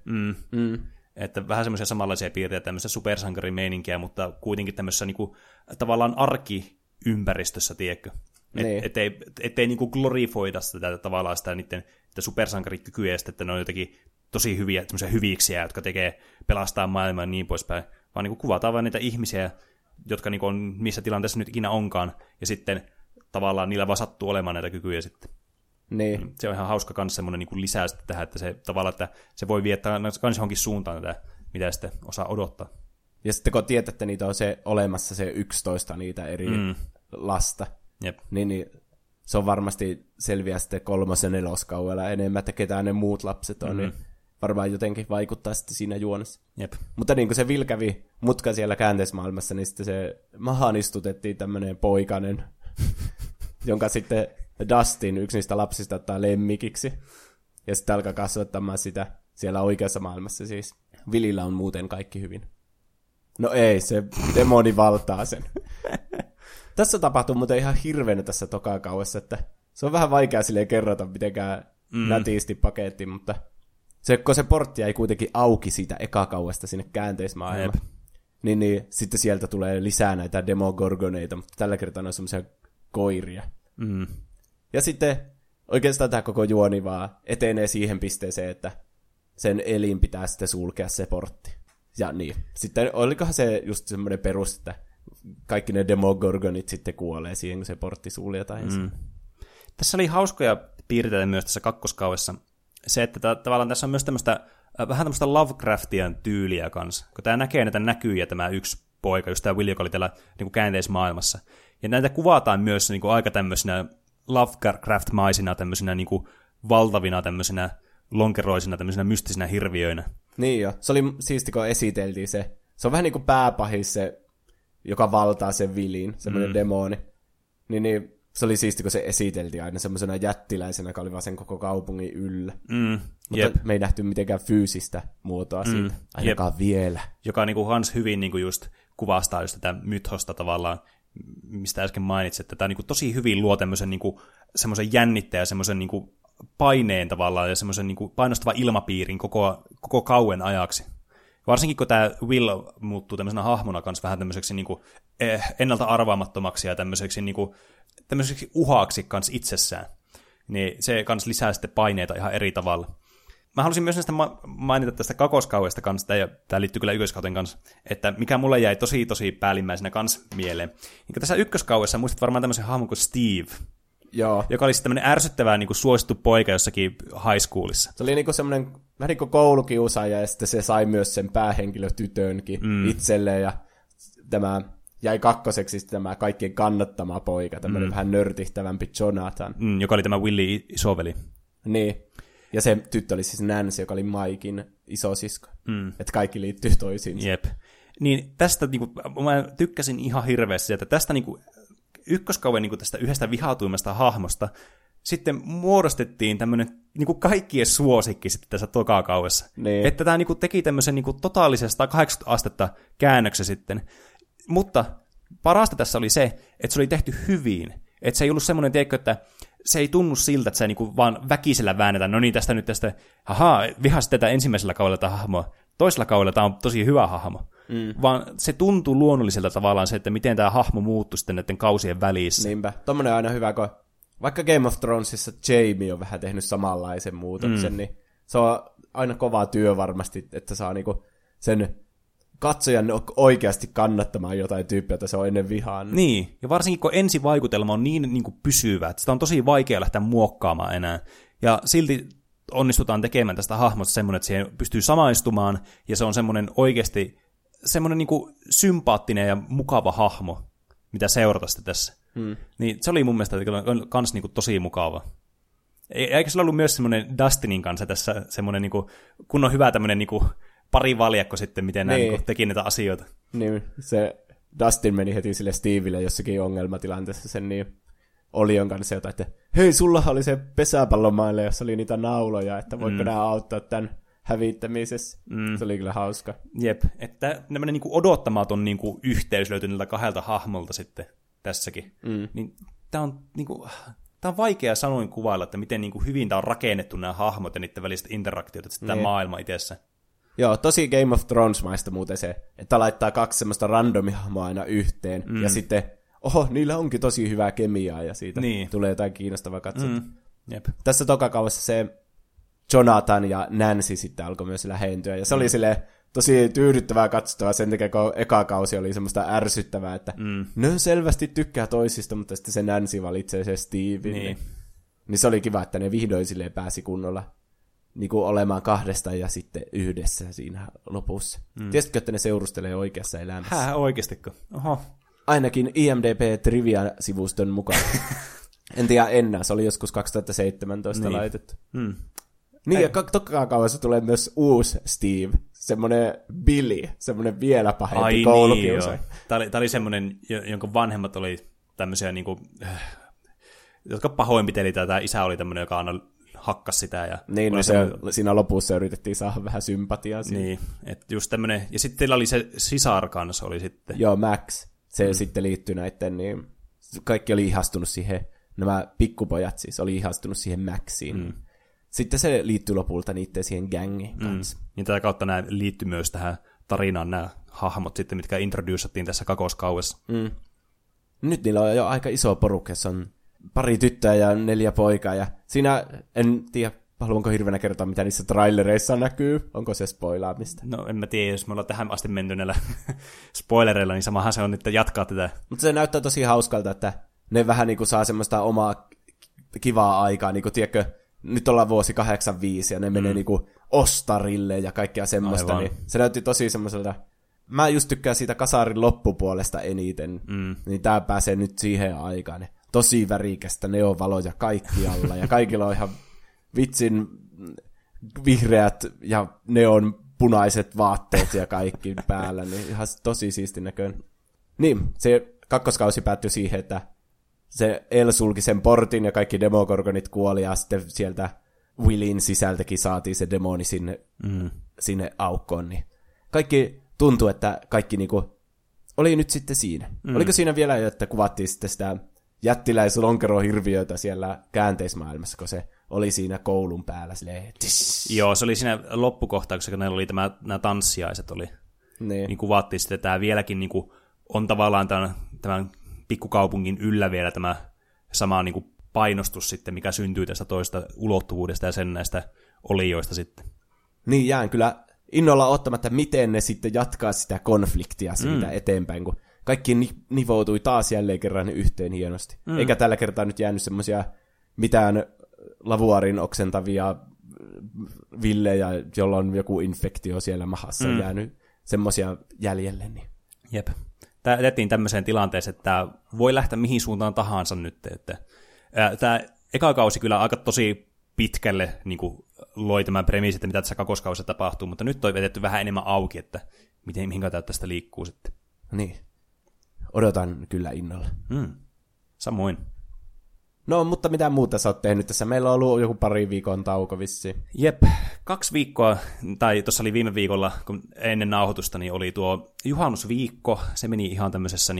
Että vähän semmoisia samanlaisia piirteitä, tämmöistä supersankarimeininkiä, mutta kuitenkin tämmöisessä niin kuin, tavallaan arkiympäristössä, tiedätkö? Niin. Ettei niin kuin glorifoida sitä tavallaan sitä niiden supersankarikykyjä, että ne on jotenkin tosi hyviä, semmoisia hyviksiä, jotka pelastaa maailmaa ja niin poispäin, vaan niin kuin kuvataan vain niitä ihmisiä, jotka niin kuin on missä tilanteessa nyt ikinä onkaan, ja sitten tavallaan niillä vaan sattuu olemaan näitä kykyjä sitten. Niin. Se on ihan hauska kans semmoinen niin lisäys tähän, että se tavallaan, että se voi viettää kans johonkin suuntaan tätä, mitä sitten osaa odottaa. Ja sitten kun tiedät, että niitä on olemassa se 11 niitä eri lasta, niin se on varmasti selviää sitten 3. ja 4. kaudella enemmän, että ketään ne muut lapset on, niin varmaan jotenkin vaikuttaa sitten siinä juonessa. Jep. Mutta niin kuin se vilkävi mutka siellä käänteismaailmassa, niin sitten se mahaan istutettiin tämmöinen poikainen, jonka sitten Dustin, yksi niistä lapsista, ottaa lemmikiksi. Ja sitten alkaa kasvattamaan sitä siellä oikeassa maailmassa siis. Willillä on muuten kaikki hyvin. No ei, se demoni valtaa sen. Tässä tapahtuu muuten ihan hirveänä tässä tokakauessa, että se on vähän vaikea silleen kerrota mitenkään nätisti paketti, mutta kun se portti ei kuitenkin auki siitä ekakauesta sinne käänteismaailmaan, niin sitten sieltä tulee lisää näitä demogorgoneita, mutta tällä kertaa on semmoisia koiria. Ja sitten oikeastaan tämä koko juoni vaan etenee siihen pisteeseen, että sen elin pitää sitten sulkea se portti. Ja niin. Sitten olikohan se just semmoinen perus, että kaikki ne demogorgonit sitten kuolee siihen, kun se portti suljetaan. Tässä oli hauskoja piirteitä myös tässä kakkoskaudessa. Se, että tavallaan tässä on myös vähän tämmöistä Lovecraftian tyyliä kanssa, kun tämä näkee näitä näkyjä, tämä yksi poika, just tämä Will, joka oli täällä niin käänteismaailmassa. Ja näitä kuvataan myös niin kuin aika tämmöisinä Lovecraft-maisina, tämmöisinä niin kuin valtavina, tämmöisinä lonkeroisina, tämmöisinä mystisinä hirviöinä. Niin jo. Se oli siisti, kun esiteltiin se. Se on vähän niin kuin pääpahis se, joka valtaa sen Willin, semmoinen demoni. Niin se oli siisti, kun se esiteltiin aina semmoisena jättiläisenä, joka oli vaan sen koko kaupungin yllä. Mutta me ei nähty mitenkään fyysistä muotoa siitä, ainakaan vielä. Joka niinku Hans hyvin niinku just kuvastaa just tätä mythosta tavallaan, mistä äsken mainitsit, että tämä niinku tosi hyvin luo tämmöisen niinku, semmoisen jännitteen ja semmoisen niinku paineen tavallaan ja semmoisen niinku painostavan ilmapiirin koko kauen ajaksi. Varsinkin kun tämä Will muuttuu tämmöisenä hahmona kanssa vähän tämmöiseksi niinku, ennalta arvaamattomaksi ja tämmöiseksi uhaksi kanssa itsessään, niin se kans lisää sitten paineita ihan eri tavalla. Mä halusin myös näistä mainita tästä kakoskaudesta kanssa, ja tämä liittyy kyllä ykköskauden kanssa, että mikä mulle jäi tosi päällimmäisenä kans mieleen. Niin tässä ykköskaudessa muistat varmaan tämmöisen hahmon kuin Steve, Joo. joka oli tämmöinen ärsyttävää niin kuin suosittu poika jossakin high schoolissa. Se oli niin kuin semmoinen vähän niin kuin koulukiusaaja, ja sitten se sai myös sen päähenkilötytönkin itselleen, ja tämä jäi kakkoseksi tämä kaikkien kannattama poika, tämmöinen vähän nörtihtävämpi Jonathan. Joka oli tämä Willi isoveli. Niin. Ja se tyttö oli siis Nancy, joka oli Mikein isosisko. Että kaikki liittyy toisiinsa. Jep. Niin tästä niinku, mä tykkäsin ihan hirveästi, että tästä niinku, ykköskauden niinku, tästä yhdestä vihatuimmasta hahmosta sitten muodostettiin tämmöinen niin kuin kaikkien suosikki sitten tässä tokakaudessa. Niin. Että tämä niin kuin teki tämmöisen niin kuin totaalisesta 80 astetta käännöksen sitten. Mutta parasta tässä oli se, että se oli tehty hyvin. Että se ei ollut semmoinen, tiedätkö, että se ei tunnu siltä, että se niinku vaan väkisellä väännetään. No niin, tästä, vihasit tätä ensimmäisellä kaudella tätä hahmoa. Toisella kaudella tämä on tosi hyvä hahmo. Vaan se tuntuu luonnolliselta tavallaan se, että miten tämä hahmo muuttui sitten näiden kausien välissä. Niinpä. Tommonen on aina hyvä, kun vaikka Game of Thronesissa Jaime on vähän tehnyt samanlaisen muutoksen, niin se on aina kova työ varmasti, että saa niinku sen katsojan oikeasti kannattamaan jotain tyyppiä, jota se on ennen vihaan. Niin, ja varsinkin kun ensivaikutelma on niin kuin pysyvä, että sitä on tosi vaikea lähteä muokkaamaan enää. Ja silti onnistutaan tekemään tästä hahmosta semmoinen, että siihen pystyy samaistumaan, ja se on semmoinen oikeasti semmoinen niin kuin sympaattinen ja mukava hahmo, mitä seurata sitten tässä. Niin se oli mun mielestä kans niin kuin tosi mukava. Eikö sillä ollut myös semmoinen Dustinin kanssa tässä semmoinen, niin kuin, kun on hyvä tämmöinen niin kuin pari valjakko sitten, miten nämä niin teki näitä asioita. Niin, se Dustin meni heti sille Stevelle jossakin ongelmatilanteessa sen niin Olion kanssa jotain, että hei, sullahan oli se pesäpallomaille, jossa oli niitä nauloja, että voitko nämä auttaa tämän hävittämisessä. Se oli kyllä hauska. Jep, että tämmöinen niinku odottamaton niinku yhteys löytyi niiltä kahdelta hahmolta sitten tässäkin. Niin tämä on niinku... Tämä on vaikea sanoin kuvailla, että miten niinku hyvin tämä on rakennettu nämä hahmot ja niiden väliset interaktiot, että tämä maailma itsessä. Joo, tosi Game of Thrones-maista muuten se, että laittaa 2 semmoista randomihahmoa aina yhteen, ja sitten, niillä onkin tosi hyvää kemiaa, ja siitä tulee jotain kiinnostavaa katsoa. Jep. Tässä tokakaudessa se Jonathan ja Nancy sitten alkoi myös lähentyä, ja se oli silleen tosi tyydyttävää katsottavaa sen takia, kun eka kausi oli semmoista ärsyttävää, että ne selvästi tykkää toisista, mutta sitten se Nancy valitsee se Steve. Niin se oli kiva, että ne vihdoin silleen pääsi kunnolla niin kuin olemaan kahdestaan ja sitten yhdessä siinä lopussa. Tiesitkö, että ne seurustelee oikeassa elämässä? Oikeastikö? Oho. Ainakin IMDb-trivia-sivuston mukaan. En tiedä enää, se oli joskus 2017 laitettu. Niin, ja tokakaudessa tulee myös uusi Steve, semmoinen Billy, semmoinen vielä pahempi koulukiusaaja. Niin, tämä oli semmoinen, jonka vanhemmat oli tämmöisiä, niinku, jotka pahoinpiteli tätä. Isä oli tämmöinen, joka aina hakkas sitä. Ja niin, no siinä lopussa yritettiin saada vähän sympatiaa. Niin, että just tämmöinen, ja sitten teillä oli se sisar kanssa oli sitten. Joo, Max, se sitten liittyi näiden, niin kaikki oli ihastunut siihen, nämä pikkupojat siis oli ihastunut siihen Maxiin. Sitten se liittyy lopulta niiden siihen gangiin kanssa. Ja tätä kautta nämä liittyy myös tähän tarinaan, nämä hahmot sitten, mitkä introducettiin tässä kakoskaudessa. Nyt niillä on jo aika iso porukka, se on 2 tyttöä ja 4 poikaa, ja siinä en tiedä, haluanko hirveänä kertoa, mitä niissä trailereissa näkyy, onko se spoilaamista? No en mä tiedä, jos me ollaan tähän asti menty näillä spoilereilla, niin samahan se on nyt jatkaa tätä. Mutta se näyttää tosi hauskalta, että ne vähän niin kuin saa semmoista omaa kivaa aikaa, niin kuin tiedätkö, nyt ollaan vuosi 85 ja ne menee niinku ostarille ja kaikkea semmoista, niin se näytti tosi semmoiselta. Mä just tykkään siitä kasarin loppupuolesta eniten, niin tää pääsee nyt siihen aikaan. Tosi värikästä neonvaloja kaikkialla ja kaikilla on ihan vitsin vihreät ja neon punaiset vaatteet ja kaikki päällä, niin ihan tosi siisti näköinen. Niin, se kakkoskausi päättyi siihen, että se El sulki sen portin ja kaikki demogorgonit kuoli ja sitten sieltä Willin sisältäkin saatiin se demoni sinne aukkoon. Niin kaikki tuntui, että kaikki niinku oli nyt sitten siinä. Oliko siinä vielä, että kuvattiin sitten sitä jättiläislonkerohirviötä siellä käänteismaailmassa, kun se oli siinä koulun päällä silleen. Joo, se oli siinä loppukohtauksessa, kun oli nämä tanssiaiset oli. Niin kuvattiin sitten, että tämä vieläkin niinku on tavallaan tämän pikkukaupungin yllä vielä tämä sama niin kuin painostus sitten, mikä syntyy tästä toista ulottuvuudesta ja sen näistä olioista sitten. Niin, jään kyllä innolla ottamatta, miten ne sitten jatkaa sitä konfliktia siitä eteenpäin, kun kaikki nivoutui taas jälleen kerran yhteen hienosti. Eikä tällä kertaa nyt jäänyt semmoisia mitään lavuarin oksentavia villejä, jolla on joku infektio siellä mahassa jäänyt semmoisia jäljelle. Niin. Jep. Tämä jätettiin tämmöiseen tilanteeseen, että tämä voi lähteä mihin suuntaan tahansa nyt. Tämä eka kausi kyllä aika tosi pitkälle niin kuin loi tämän premissin, että mitä tässä kakoskaudessa tapahtuu, mutta nyt on vedetty vähän enemmän auki, että mihin tästä liikkuu sitten. Niin. Odotan kyllä innolla. Samoin. No, mutta mitä muuta sä oot tehnyt tässä? Meillä on ollut joku pari viikon tauko vissiin. Jep, 2 viikkoa, tai tuossa oli viime viikolla, kun ennen nauhoitusta, niin oli tuo juhannusviikko. Se meni ihan tämmöisessä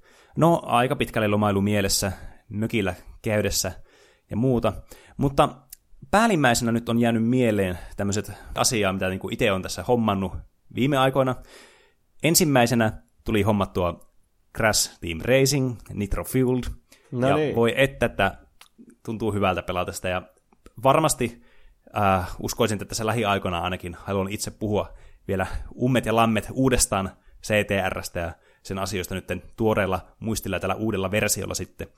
aika pitkälle lomailu mielessä, mökillä käydessä ja muuta. Mutta päällimmäisenä nyt on jäänyt mieleen tämmöiset asiaa, mitä itse on tässä hommannut viime aikoina. Ensimmäisenä tuli hommattua Crash Team Racing, Nitro Fueled. No ja niin. Voi että tuntuu hyvältä pelata sitä. Ja varmasti uskoisin, että tässä lähiaikoina ainakin haluan itse puhua vielä ummet ja lammet uudestaan CTR:stä ja sen asioista nyt tuoreella muistilla tällä uudella versiolla sitten.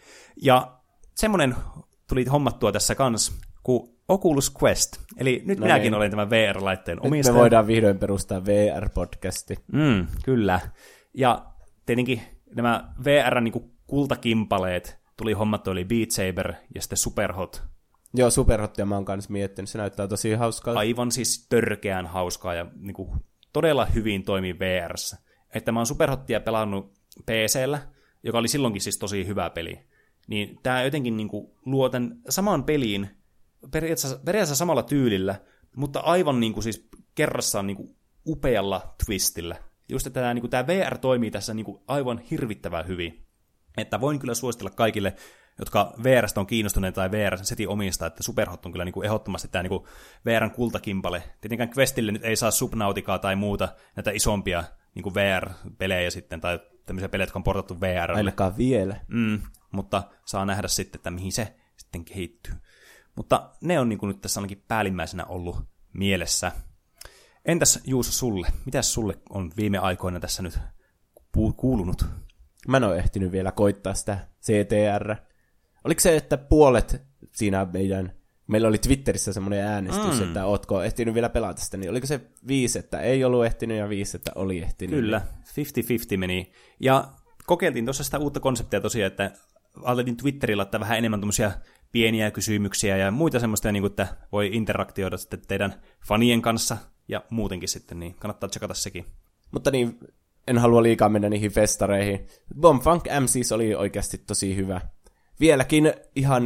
Ja semmoinen tuli hommattua tässä kans kuin Oculus Quest. Eli nyt minäkin olen tämän VR-laitteen omistaja. Nyt me voidaan vihdoin perustaa VR-podcasti. Kyllä. Ja tietenkin nämä VR:n kultakimpaleet tuli hommattua, eli Beat Saber ja sitten Superhot. Joo, Superhotia mä oon kanssa miettinyt. Se näyttää tosi hauskaa. Aivan siis törkeän hauskaa ja todella hyvin toimii VR:ssä. Että mä oon Superhottia pelannut PC:llä, joka oli silloinkin siis tosi hyvä peli. Niin tää jotenkin luo tämän saman peliin periaatteessa samalla tyylillä, mutta aivan siis kerrassaan upealla twistillä. Just, että tämä VR toimii tässä aivan hirvittävän hyvin. Että voin kyllä suositella kaikille, jotka VR:stä on kiinnostuneet tai VR-setin omistaa, että Superhot on kyllä ehdottomasti tämä VR:n kultakimpale. Tietenkään Questille nyt ei saa Subnauticaa tai muuta näitä isompia VR-pelejä sitten, tai tämmöisiä pelejä, jotka on portattu VR. Ainakaan vielä. Mutta saa nähdä sitten, että mihin se sitten kehittyy. Mutta ne on nyt tässä ainakin päällimmäisenä ollut mielessä. Entäs Juuso sulle? Mitäs sulle on viime aikoina tässä nyt kuulunut? Mä en ole ehtinyt vielä koittaa sitä CTR. Oliko se, että puolet siinä meillä oli Twitterissä semmoinen äänestys, että ootko ehtinyt vielä pelata sitä, niin oliko se 5, että ei ollut ehtinyt ja 5, että oli ehtinyt? Kyllä, 50-50 meni. Ja kokeiltiin tuossa sitä uutta konseptia tosiaan, että aloitin Twitterillä laittaa vähän enemmän tämmöisiä pieniä kysymyksiä ja muita semmoista, että voi interaktioida sitten teidän fanien kanssa ja muutenkin sitten, niin kannattaa tsekata sekin. Mutta niin, en halua liikaa mennä niihin festareihin. Bomb Funk MCs oli oikeasti tosi hyvä. Vieläkin ihan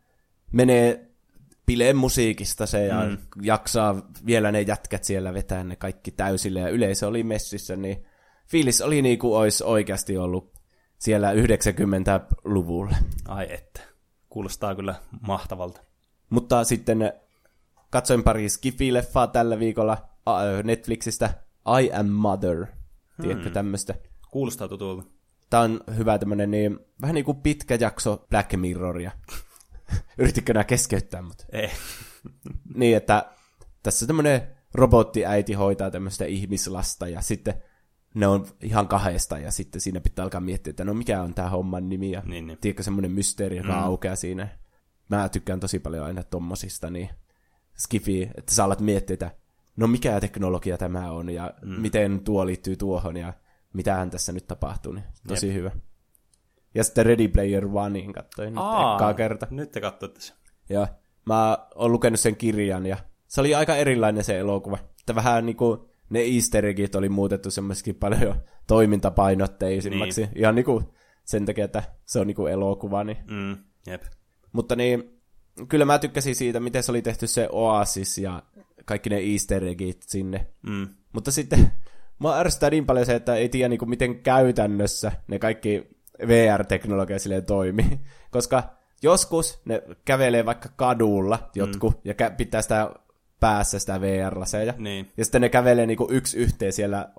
menee bileen musiikista se ja jaksaa vielä ne jätkät siellä vetää ne kaikki täysille ja yleisö oli messissä, niin fiilis oli olisi oikeasti ollut siellä 90-luvulla. Ai että, kuulostaa kyllä mahtavalta. Mutta sitten katsoin pari Skifi-leffaa tällä viikolla Netflixistä. I Am Mother. Tiedätkö tämmöistä? Kuulostaa tutulta. Tää on hyvä tämmönen vähän niin kuin pitkä jakso Black Mirroria. Yritikö nää keskeyttää mut? Ei. Niin, että tässä tämmönen robottiäiti hoitaa tämmöistä ihmislasta ja sitten ne on ihan kahdesta ja sitten siinä pitää alkaa miettiä, että no mikä on tää homman nimi ja niin. Tiedätkö semmonen mysteeri, joka aukeaa siinä. Mä tykkään tosi paljon aina tommosista, niin Skifi, että sä alat miettiä, että no mikä teknologia tämä on ja miten tuo liittyy tuohon ja mitähän tässä nyt tapahtuu, niin tosi hyvä. Ja sitten Ready Player Onein katsoin nyt ekkaa kerta. Nyt te katsoitte sen. Joo, mä oon lukenut sen kirjan ja se oli aika erilainen se elokuva. Että vähän ne easter eggit oli muutettu semmoisikin paljon jo toimintapainotteisimmaksi. Niin. Ihan sen takia, että se on elokuva. Niin. Jep. Mutta niin, kyllä mä tykkäsin siitä, miten se oli tehty se Oasis ja kaikki ne easter eggit sinne. Mutta sitten mä ärsyttää niin paljon se, että ei tiedä miten käytännössä ne kaikki VR-teknologia silleen toimii. Koska joskus ne kävelee vaikka kadulla jotkut ja pitää sitä päässä sitä VR-laseja. Niin. Ja sitten ne kävelee yksi yhteen siellä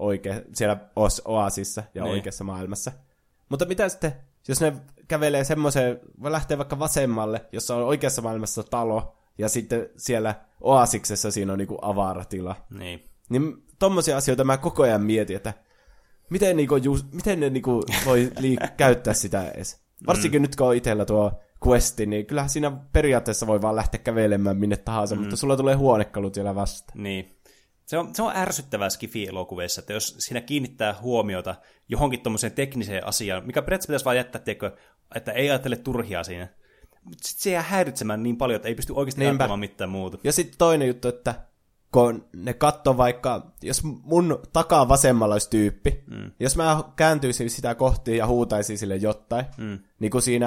Oasissa ja oikeassa maailmassa. Mutta mitä sitten, jos ne kävelee semmoiseen, voi lähteä vaikka vasemmalle, jossa on oikeassa maailmassa talo, ja sitten siellä Oasiksessa siinä on avaratila. Niin tommosia asioita mä koko ajan mietin, että miten ne voi käyttää sitä edes. Varsinkin nyt kun on itsellä tuo Questi, niin kyllähän siinä periaatteessa voi vaan lähteä kävelemään minne tahansa, mutta sulla tulee huonekalut siellä vasta. Niin. Se on ärsyttävää Skifi-elokuvissa, että jos siinä kiinnittää huomiota johonkin tommoseen tekniseen asiaan, mikä periaatteessa pitäisi vaan jättää, että ei ajattele turhia siinä. Mutta sitten se jää häiritsemään niin paljon, että ei pysty oikeasti ajattelemaan mitään muuta. Ja sitten toinen juttu, että kun ne katsoo vaikka, jos mun takaa vasemmalla olisi tyyppi, jos mä kääntyisin sitä kohti ja huutaisin sille jotain, niin kun siinä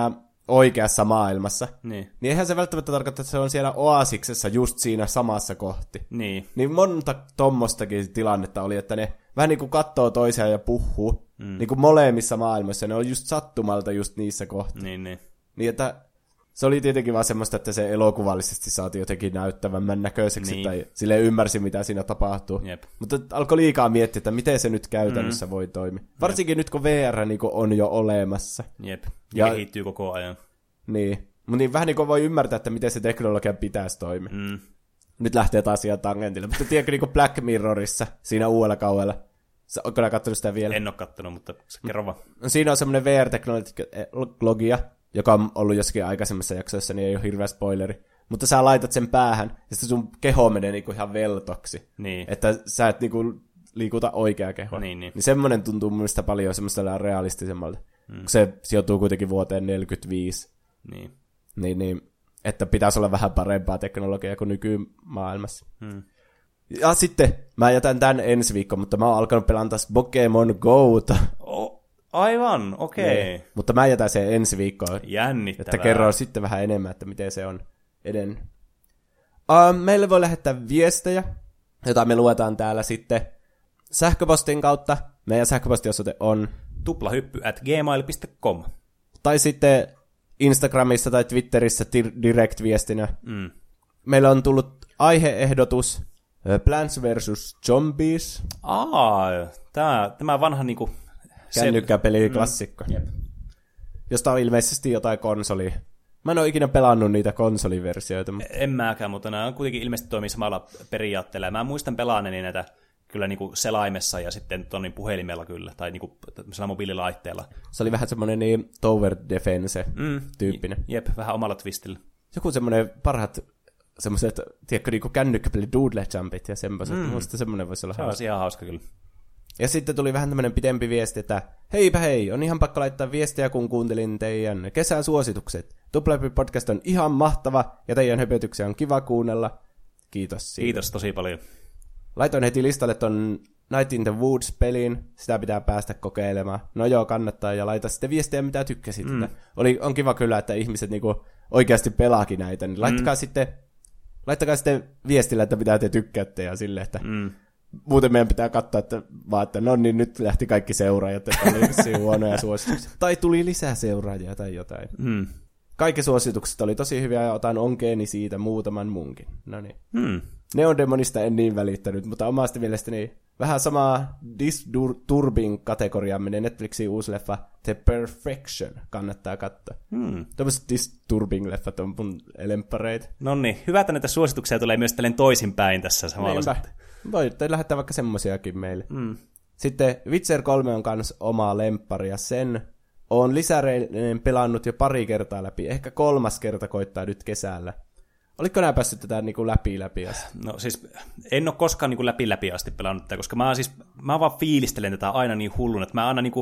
oikeassa maailmassa, Niin. niin eihän se välttämättä tarkoita, että se on siellä oasiksessa just siinä samassa kohti. Niin. Niin monta tommostakin tilannetta oli, että ne vähän niin kuin kattoo toisiaan ja puhuu, niin kuin molemmissa maailmissa, ne on just sattumalta just niissä kohti. Niin. Niin, että se oli tietenkin vaan semmoista, että se elokuvallisesti saati jotenkin näyttävämmän näköiseksi, Niin. tai silleen ymmärsi, mitä siinä tapahtuu. Jep. Mutta alkoi liikaa miettiä, että miten se nyt käytännössä voi toimia. Varsinkin nyt, kun VR niin kuin on jo olemassa. Jep. Ja- Ja kehittyy koko ajan. Niin. Mutta niin vähän niin kuin voi ymmärtää, että miten se teknologia pitäisi toimia. Nyt lähtee taas ihan tangentille. Mutta tiedätkö niin kuin Black Mirrorissa, siinä uudella kaudella? Oletko nää katsonut sitä vielä? En ole kattonut, mutta kerro vaan. No, siinä on semmoinen VR-teknologia, joka on ollut jossakin aikaisemmassa jaksoissa, niin ei ole hirveä spoileri. Mutta sä laitat sen päähän, ja sitten sun keho menee niinku ihan veltoksi. Niin. Että sä et niinku liikuta oikeaa kehoa. Niin. Semmoinen tuntuu mun mielestä paljon semmoista realistisemmalta. Kun se sijoittuu kuitenkin vuoteen 45. Niin. Niin, että pitäisi olla vähän parempaa teknologiaa kuin nykymaailmassa. Ja sitten mä jätän tän ensi viikko, mutta mä oon alkanut pelata taas Pokemon Gota. Aivan, okei. Okay. Mutta mä jätän sen ensi viikkoon. Jännittävää. Että kerron sitten vähän enemmän, että miten se on edennyt. Meille voi lähettää viestejä, jota me luetaan täällä sitten sähköpostin kautta. Meidän sähköpostiosoite on tuplahyppy@gmail.com. tai sitten Instagramissa tai Twitterissä direct-viestinä. Meillä on tullut aiheehdotus Plants vs. Zombies. Tämä vanha niinku... Kännykkäpeli-klassikko. Josta on ilmeisesti jotain konsolia. Mä en ole ikinä pelannut niitä konsoliversioita. En mäkään, mutta nämä on kuitenkin ilmeisesti toimii samalla periaatteella. Mä muistan pelaaneeni näitä kyllä niinku selaimessa ja sitten tonnin puhelimella kyllä, tai niinku mobiililaitteella. Se oli vähän semmoinen niin tower defense-tyyppinen. Jep, vähän omalla twistillä. Joku semmoinen parhaat semmoiset, tiedätkö, niinku kännykkäpeli doodle jumpit ja semmoiset. Musta semmoinen voisi olla hauska. Se on ihan hauska kyllä. Ja sitten tuli vähän tämmöinen pidempi viesti, että heipä hei, on ihan pakko laittaa viestiä, kun kuuntelin teidän kesän suositukset. Tuplahyppy podcast on ihan mahtava ja teidän höpötyksiä on kiva kuunnella. Kiitos siitä. Kiitos tosi paljon. Laitoin heti listalle ton Night in the Woods-pelin. Sitä pitää päästä kokeilemaan. No joo, kannattaa. Ja laita sitten viestiä, mitä tykkäsit. On kiva kyllä, että ihmiset niinku oikeasti pelaakin näitä. Niin laittakaa sitten viestillä, että mitä te tykkäätte ja silleen, että muuten meidän pitää katsoa, että no niin, nyt lähti kaikki seuraajat, että oli huonoja suosituksia. Tai tuli lisää seuraajia tai jotain. Kaikki suositukset oli tosi hyviä ja otan onkeeni siitä muutaman munkin. No niin. Neon-demonista en niin välittänyt, mutta omasta mielestäni vähän samaa Disturbing kategoriaan menee Netflixin uusi leffa The Perfection. Kannattaa katsoa. Tämmöiset Disturbing-leffat on mun lemppareita. No niin, hyvä, että näitä suosituksia tulee myös tälleen toisinpäin tässä samalla. Voitte lähettää vaikka semmosiakin meille. Sitten Witcher 3 on kans oma lemppari ja sen on lisäreinen pelannut jo pari kertaa läpi. Ehkä 3. kerta koittaa nyt kesällä. Oliko nää päässyt tätä niinku läpi asti? No siis en ole koskaan niinku läpi asti pelannut tätä, koska mä vaan fiilistelen tätä aina niin hullun, että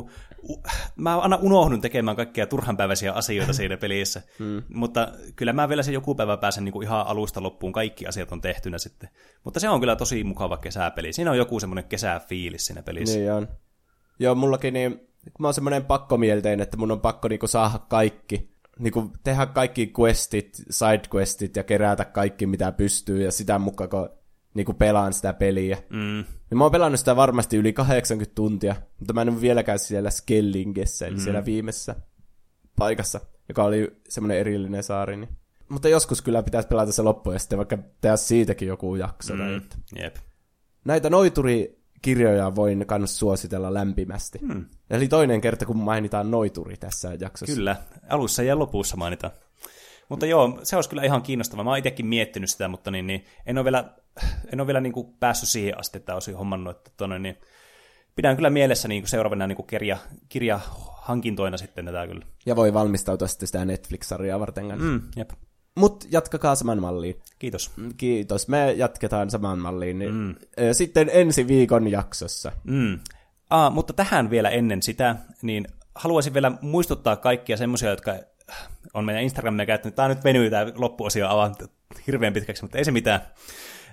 mä aina unohdun tekemään kaikkia turhanpäiväisiä asioita siinä pelissä. Mutta kyllä mä vielä sen joku päivä pääsen niinku ihan alusta loppuun, kaikki asiat on tehtynä sitten. Mutta se on kyllä tosi mukava kesäpeli. Siinä on joku semmoinen kesäfiilis siinä pelissä. Niin on. Joo, mullakin niin, mä oon semmoinen pakkomielteinen, että mun on pakko niinku saada kaikki. Niinku tehdä kaikki questit, sidequestit ja kerätä kaikki mitä pystyy ja sitä mukaan kun niinku pelaan sitä peliä. Ja mä oon pelannut sitä varmasti yli 80 tuntia, mutta mä en ole vieläkään siellä Skellingessä, eli siellä viimeisessä paikassa, joka oli semmoinen erillinen saari. Niin. Mutta joskus kyllä pitäisi pelata se loppuun ja sitten vaikka tehdä siitäkin joku jakso. Jep. Näitä noiturikirjoja voin myös suositella lämpimästi. Eli toinen kerta, kun mainitaan noituri tässä jaksossa. Kyllä, alussa ja lopussa mainitaan. Mutta joo, se olisi kyllä ihan kiinnostavaa. Mä oon itsekin miettinyt sitä, mutta niin, en ole vielä niin kuin päässyt siihen asti, että olisin hommannut. Että niin, pidän kyllä mielessä niin kuin seuraavana niin kuin kirjahankintoina sitten tätä kyllä. Ja voi valmistautua sitten sitä Netflix-sarjaa varten kanssa. Jep. Mut jatkakaa saman malliin. Kiitos. Kiitos. Me jatketaan saman malliin. Niin sitten ensi viikon jaksossa. Mutta tähän vielä ennen sitä, niin haluaisin vielä muistuttaa kaikkia semmoisia, jotka on meidän Instagramia käyttänyt. Tämä nyt venyy, tämä loppuosio avaan hirveän pitkäksi, mutta ei se mitään.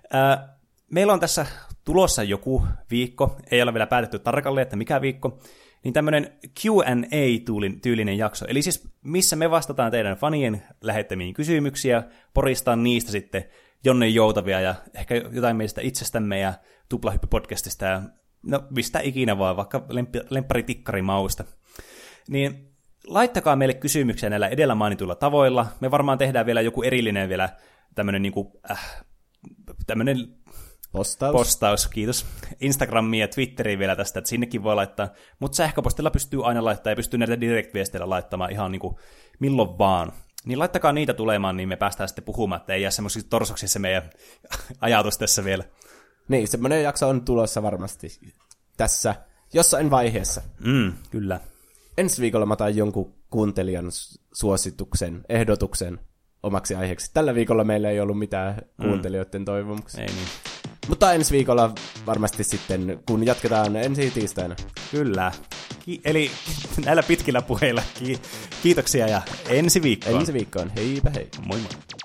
Meillä on tässä tulossa joku viikko, ei ole vielä päätetty tarkalleen, että mikä viikko, niin tämmöinen Q&A-tyylinen jakso, eli siis missä me vastataan teidän fanien lähettämiin kysymyksiä, poristaan niistä sitten jonne joutavia ja ehkä jotain meistä itsestämme ja Tuplahyppy-podcastista ja no mistä ikinä vaan, vaikka lempparitikkarimausta. Niin laittakaa meille kysymyksiä näillä edellä mainituilla tavoilla. Me varmaan tehdään vielä joku erillinen vielä tämmöinen tämmöinen postaus, kiitos. Instagramiin ja Twitteriin vielä tästä, että sinnekin voi laittaa. Mutta sähköpostilla pystyy aina laittamaan ja pystyy näitä direct-viesteillä laittamaan ihan niin kuin milloin vaan. Niin laittakaa niitä tulemaan, niin me päästään sitten puhumaan, että ei jää semmoisiksi torsoksissa meidän ajatus tässä vielä. Niin, semmoinen jakso on tulossa varmasti tässä jossain vaiheessa. Kyllä. Ensi viikolla mä otan jonkun kuuntelijan suosituksen, ehdotuksen omaksi aiheeksi. Tällä viikolla meillä ei ollut mitään kuuntelijoiden toivomuksia. Ei niin. Mutta ensi viikolla varmasti sitten, kun jatketaan ensi tiistaina. Kyllä. Eli näillä pitkillä puheilla kiitoksia ja ensi viikkoon. Ensi viikkoon. Heipä hei. Moi moi.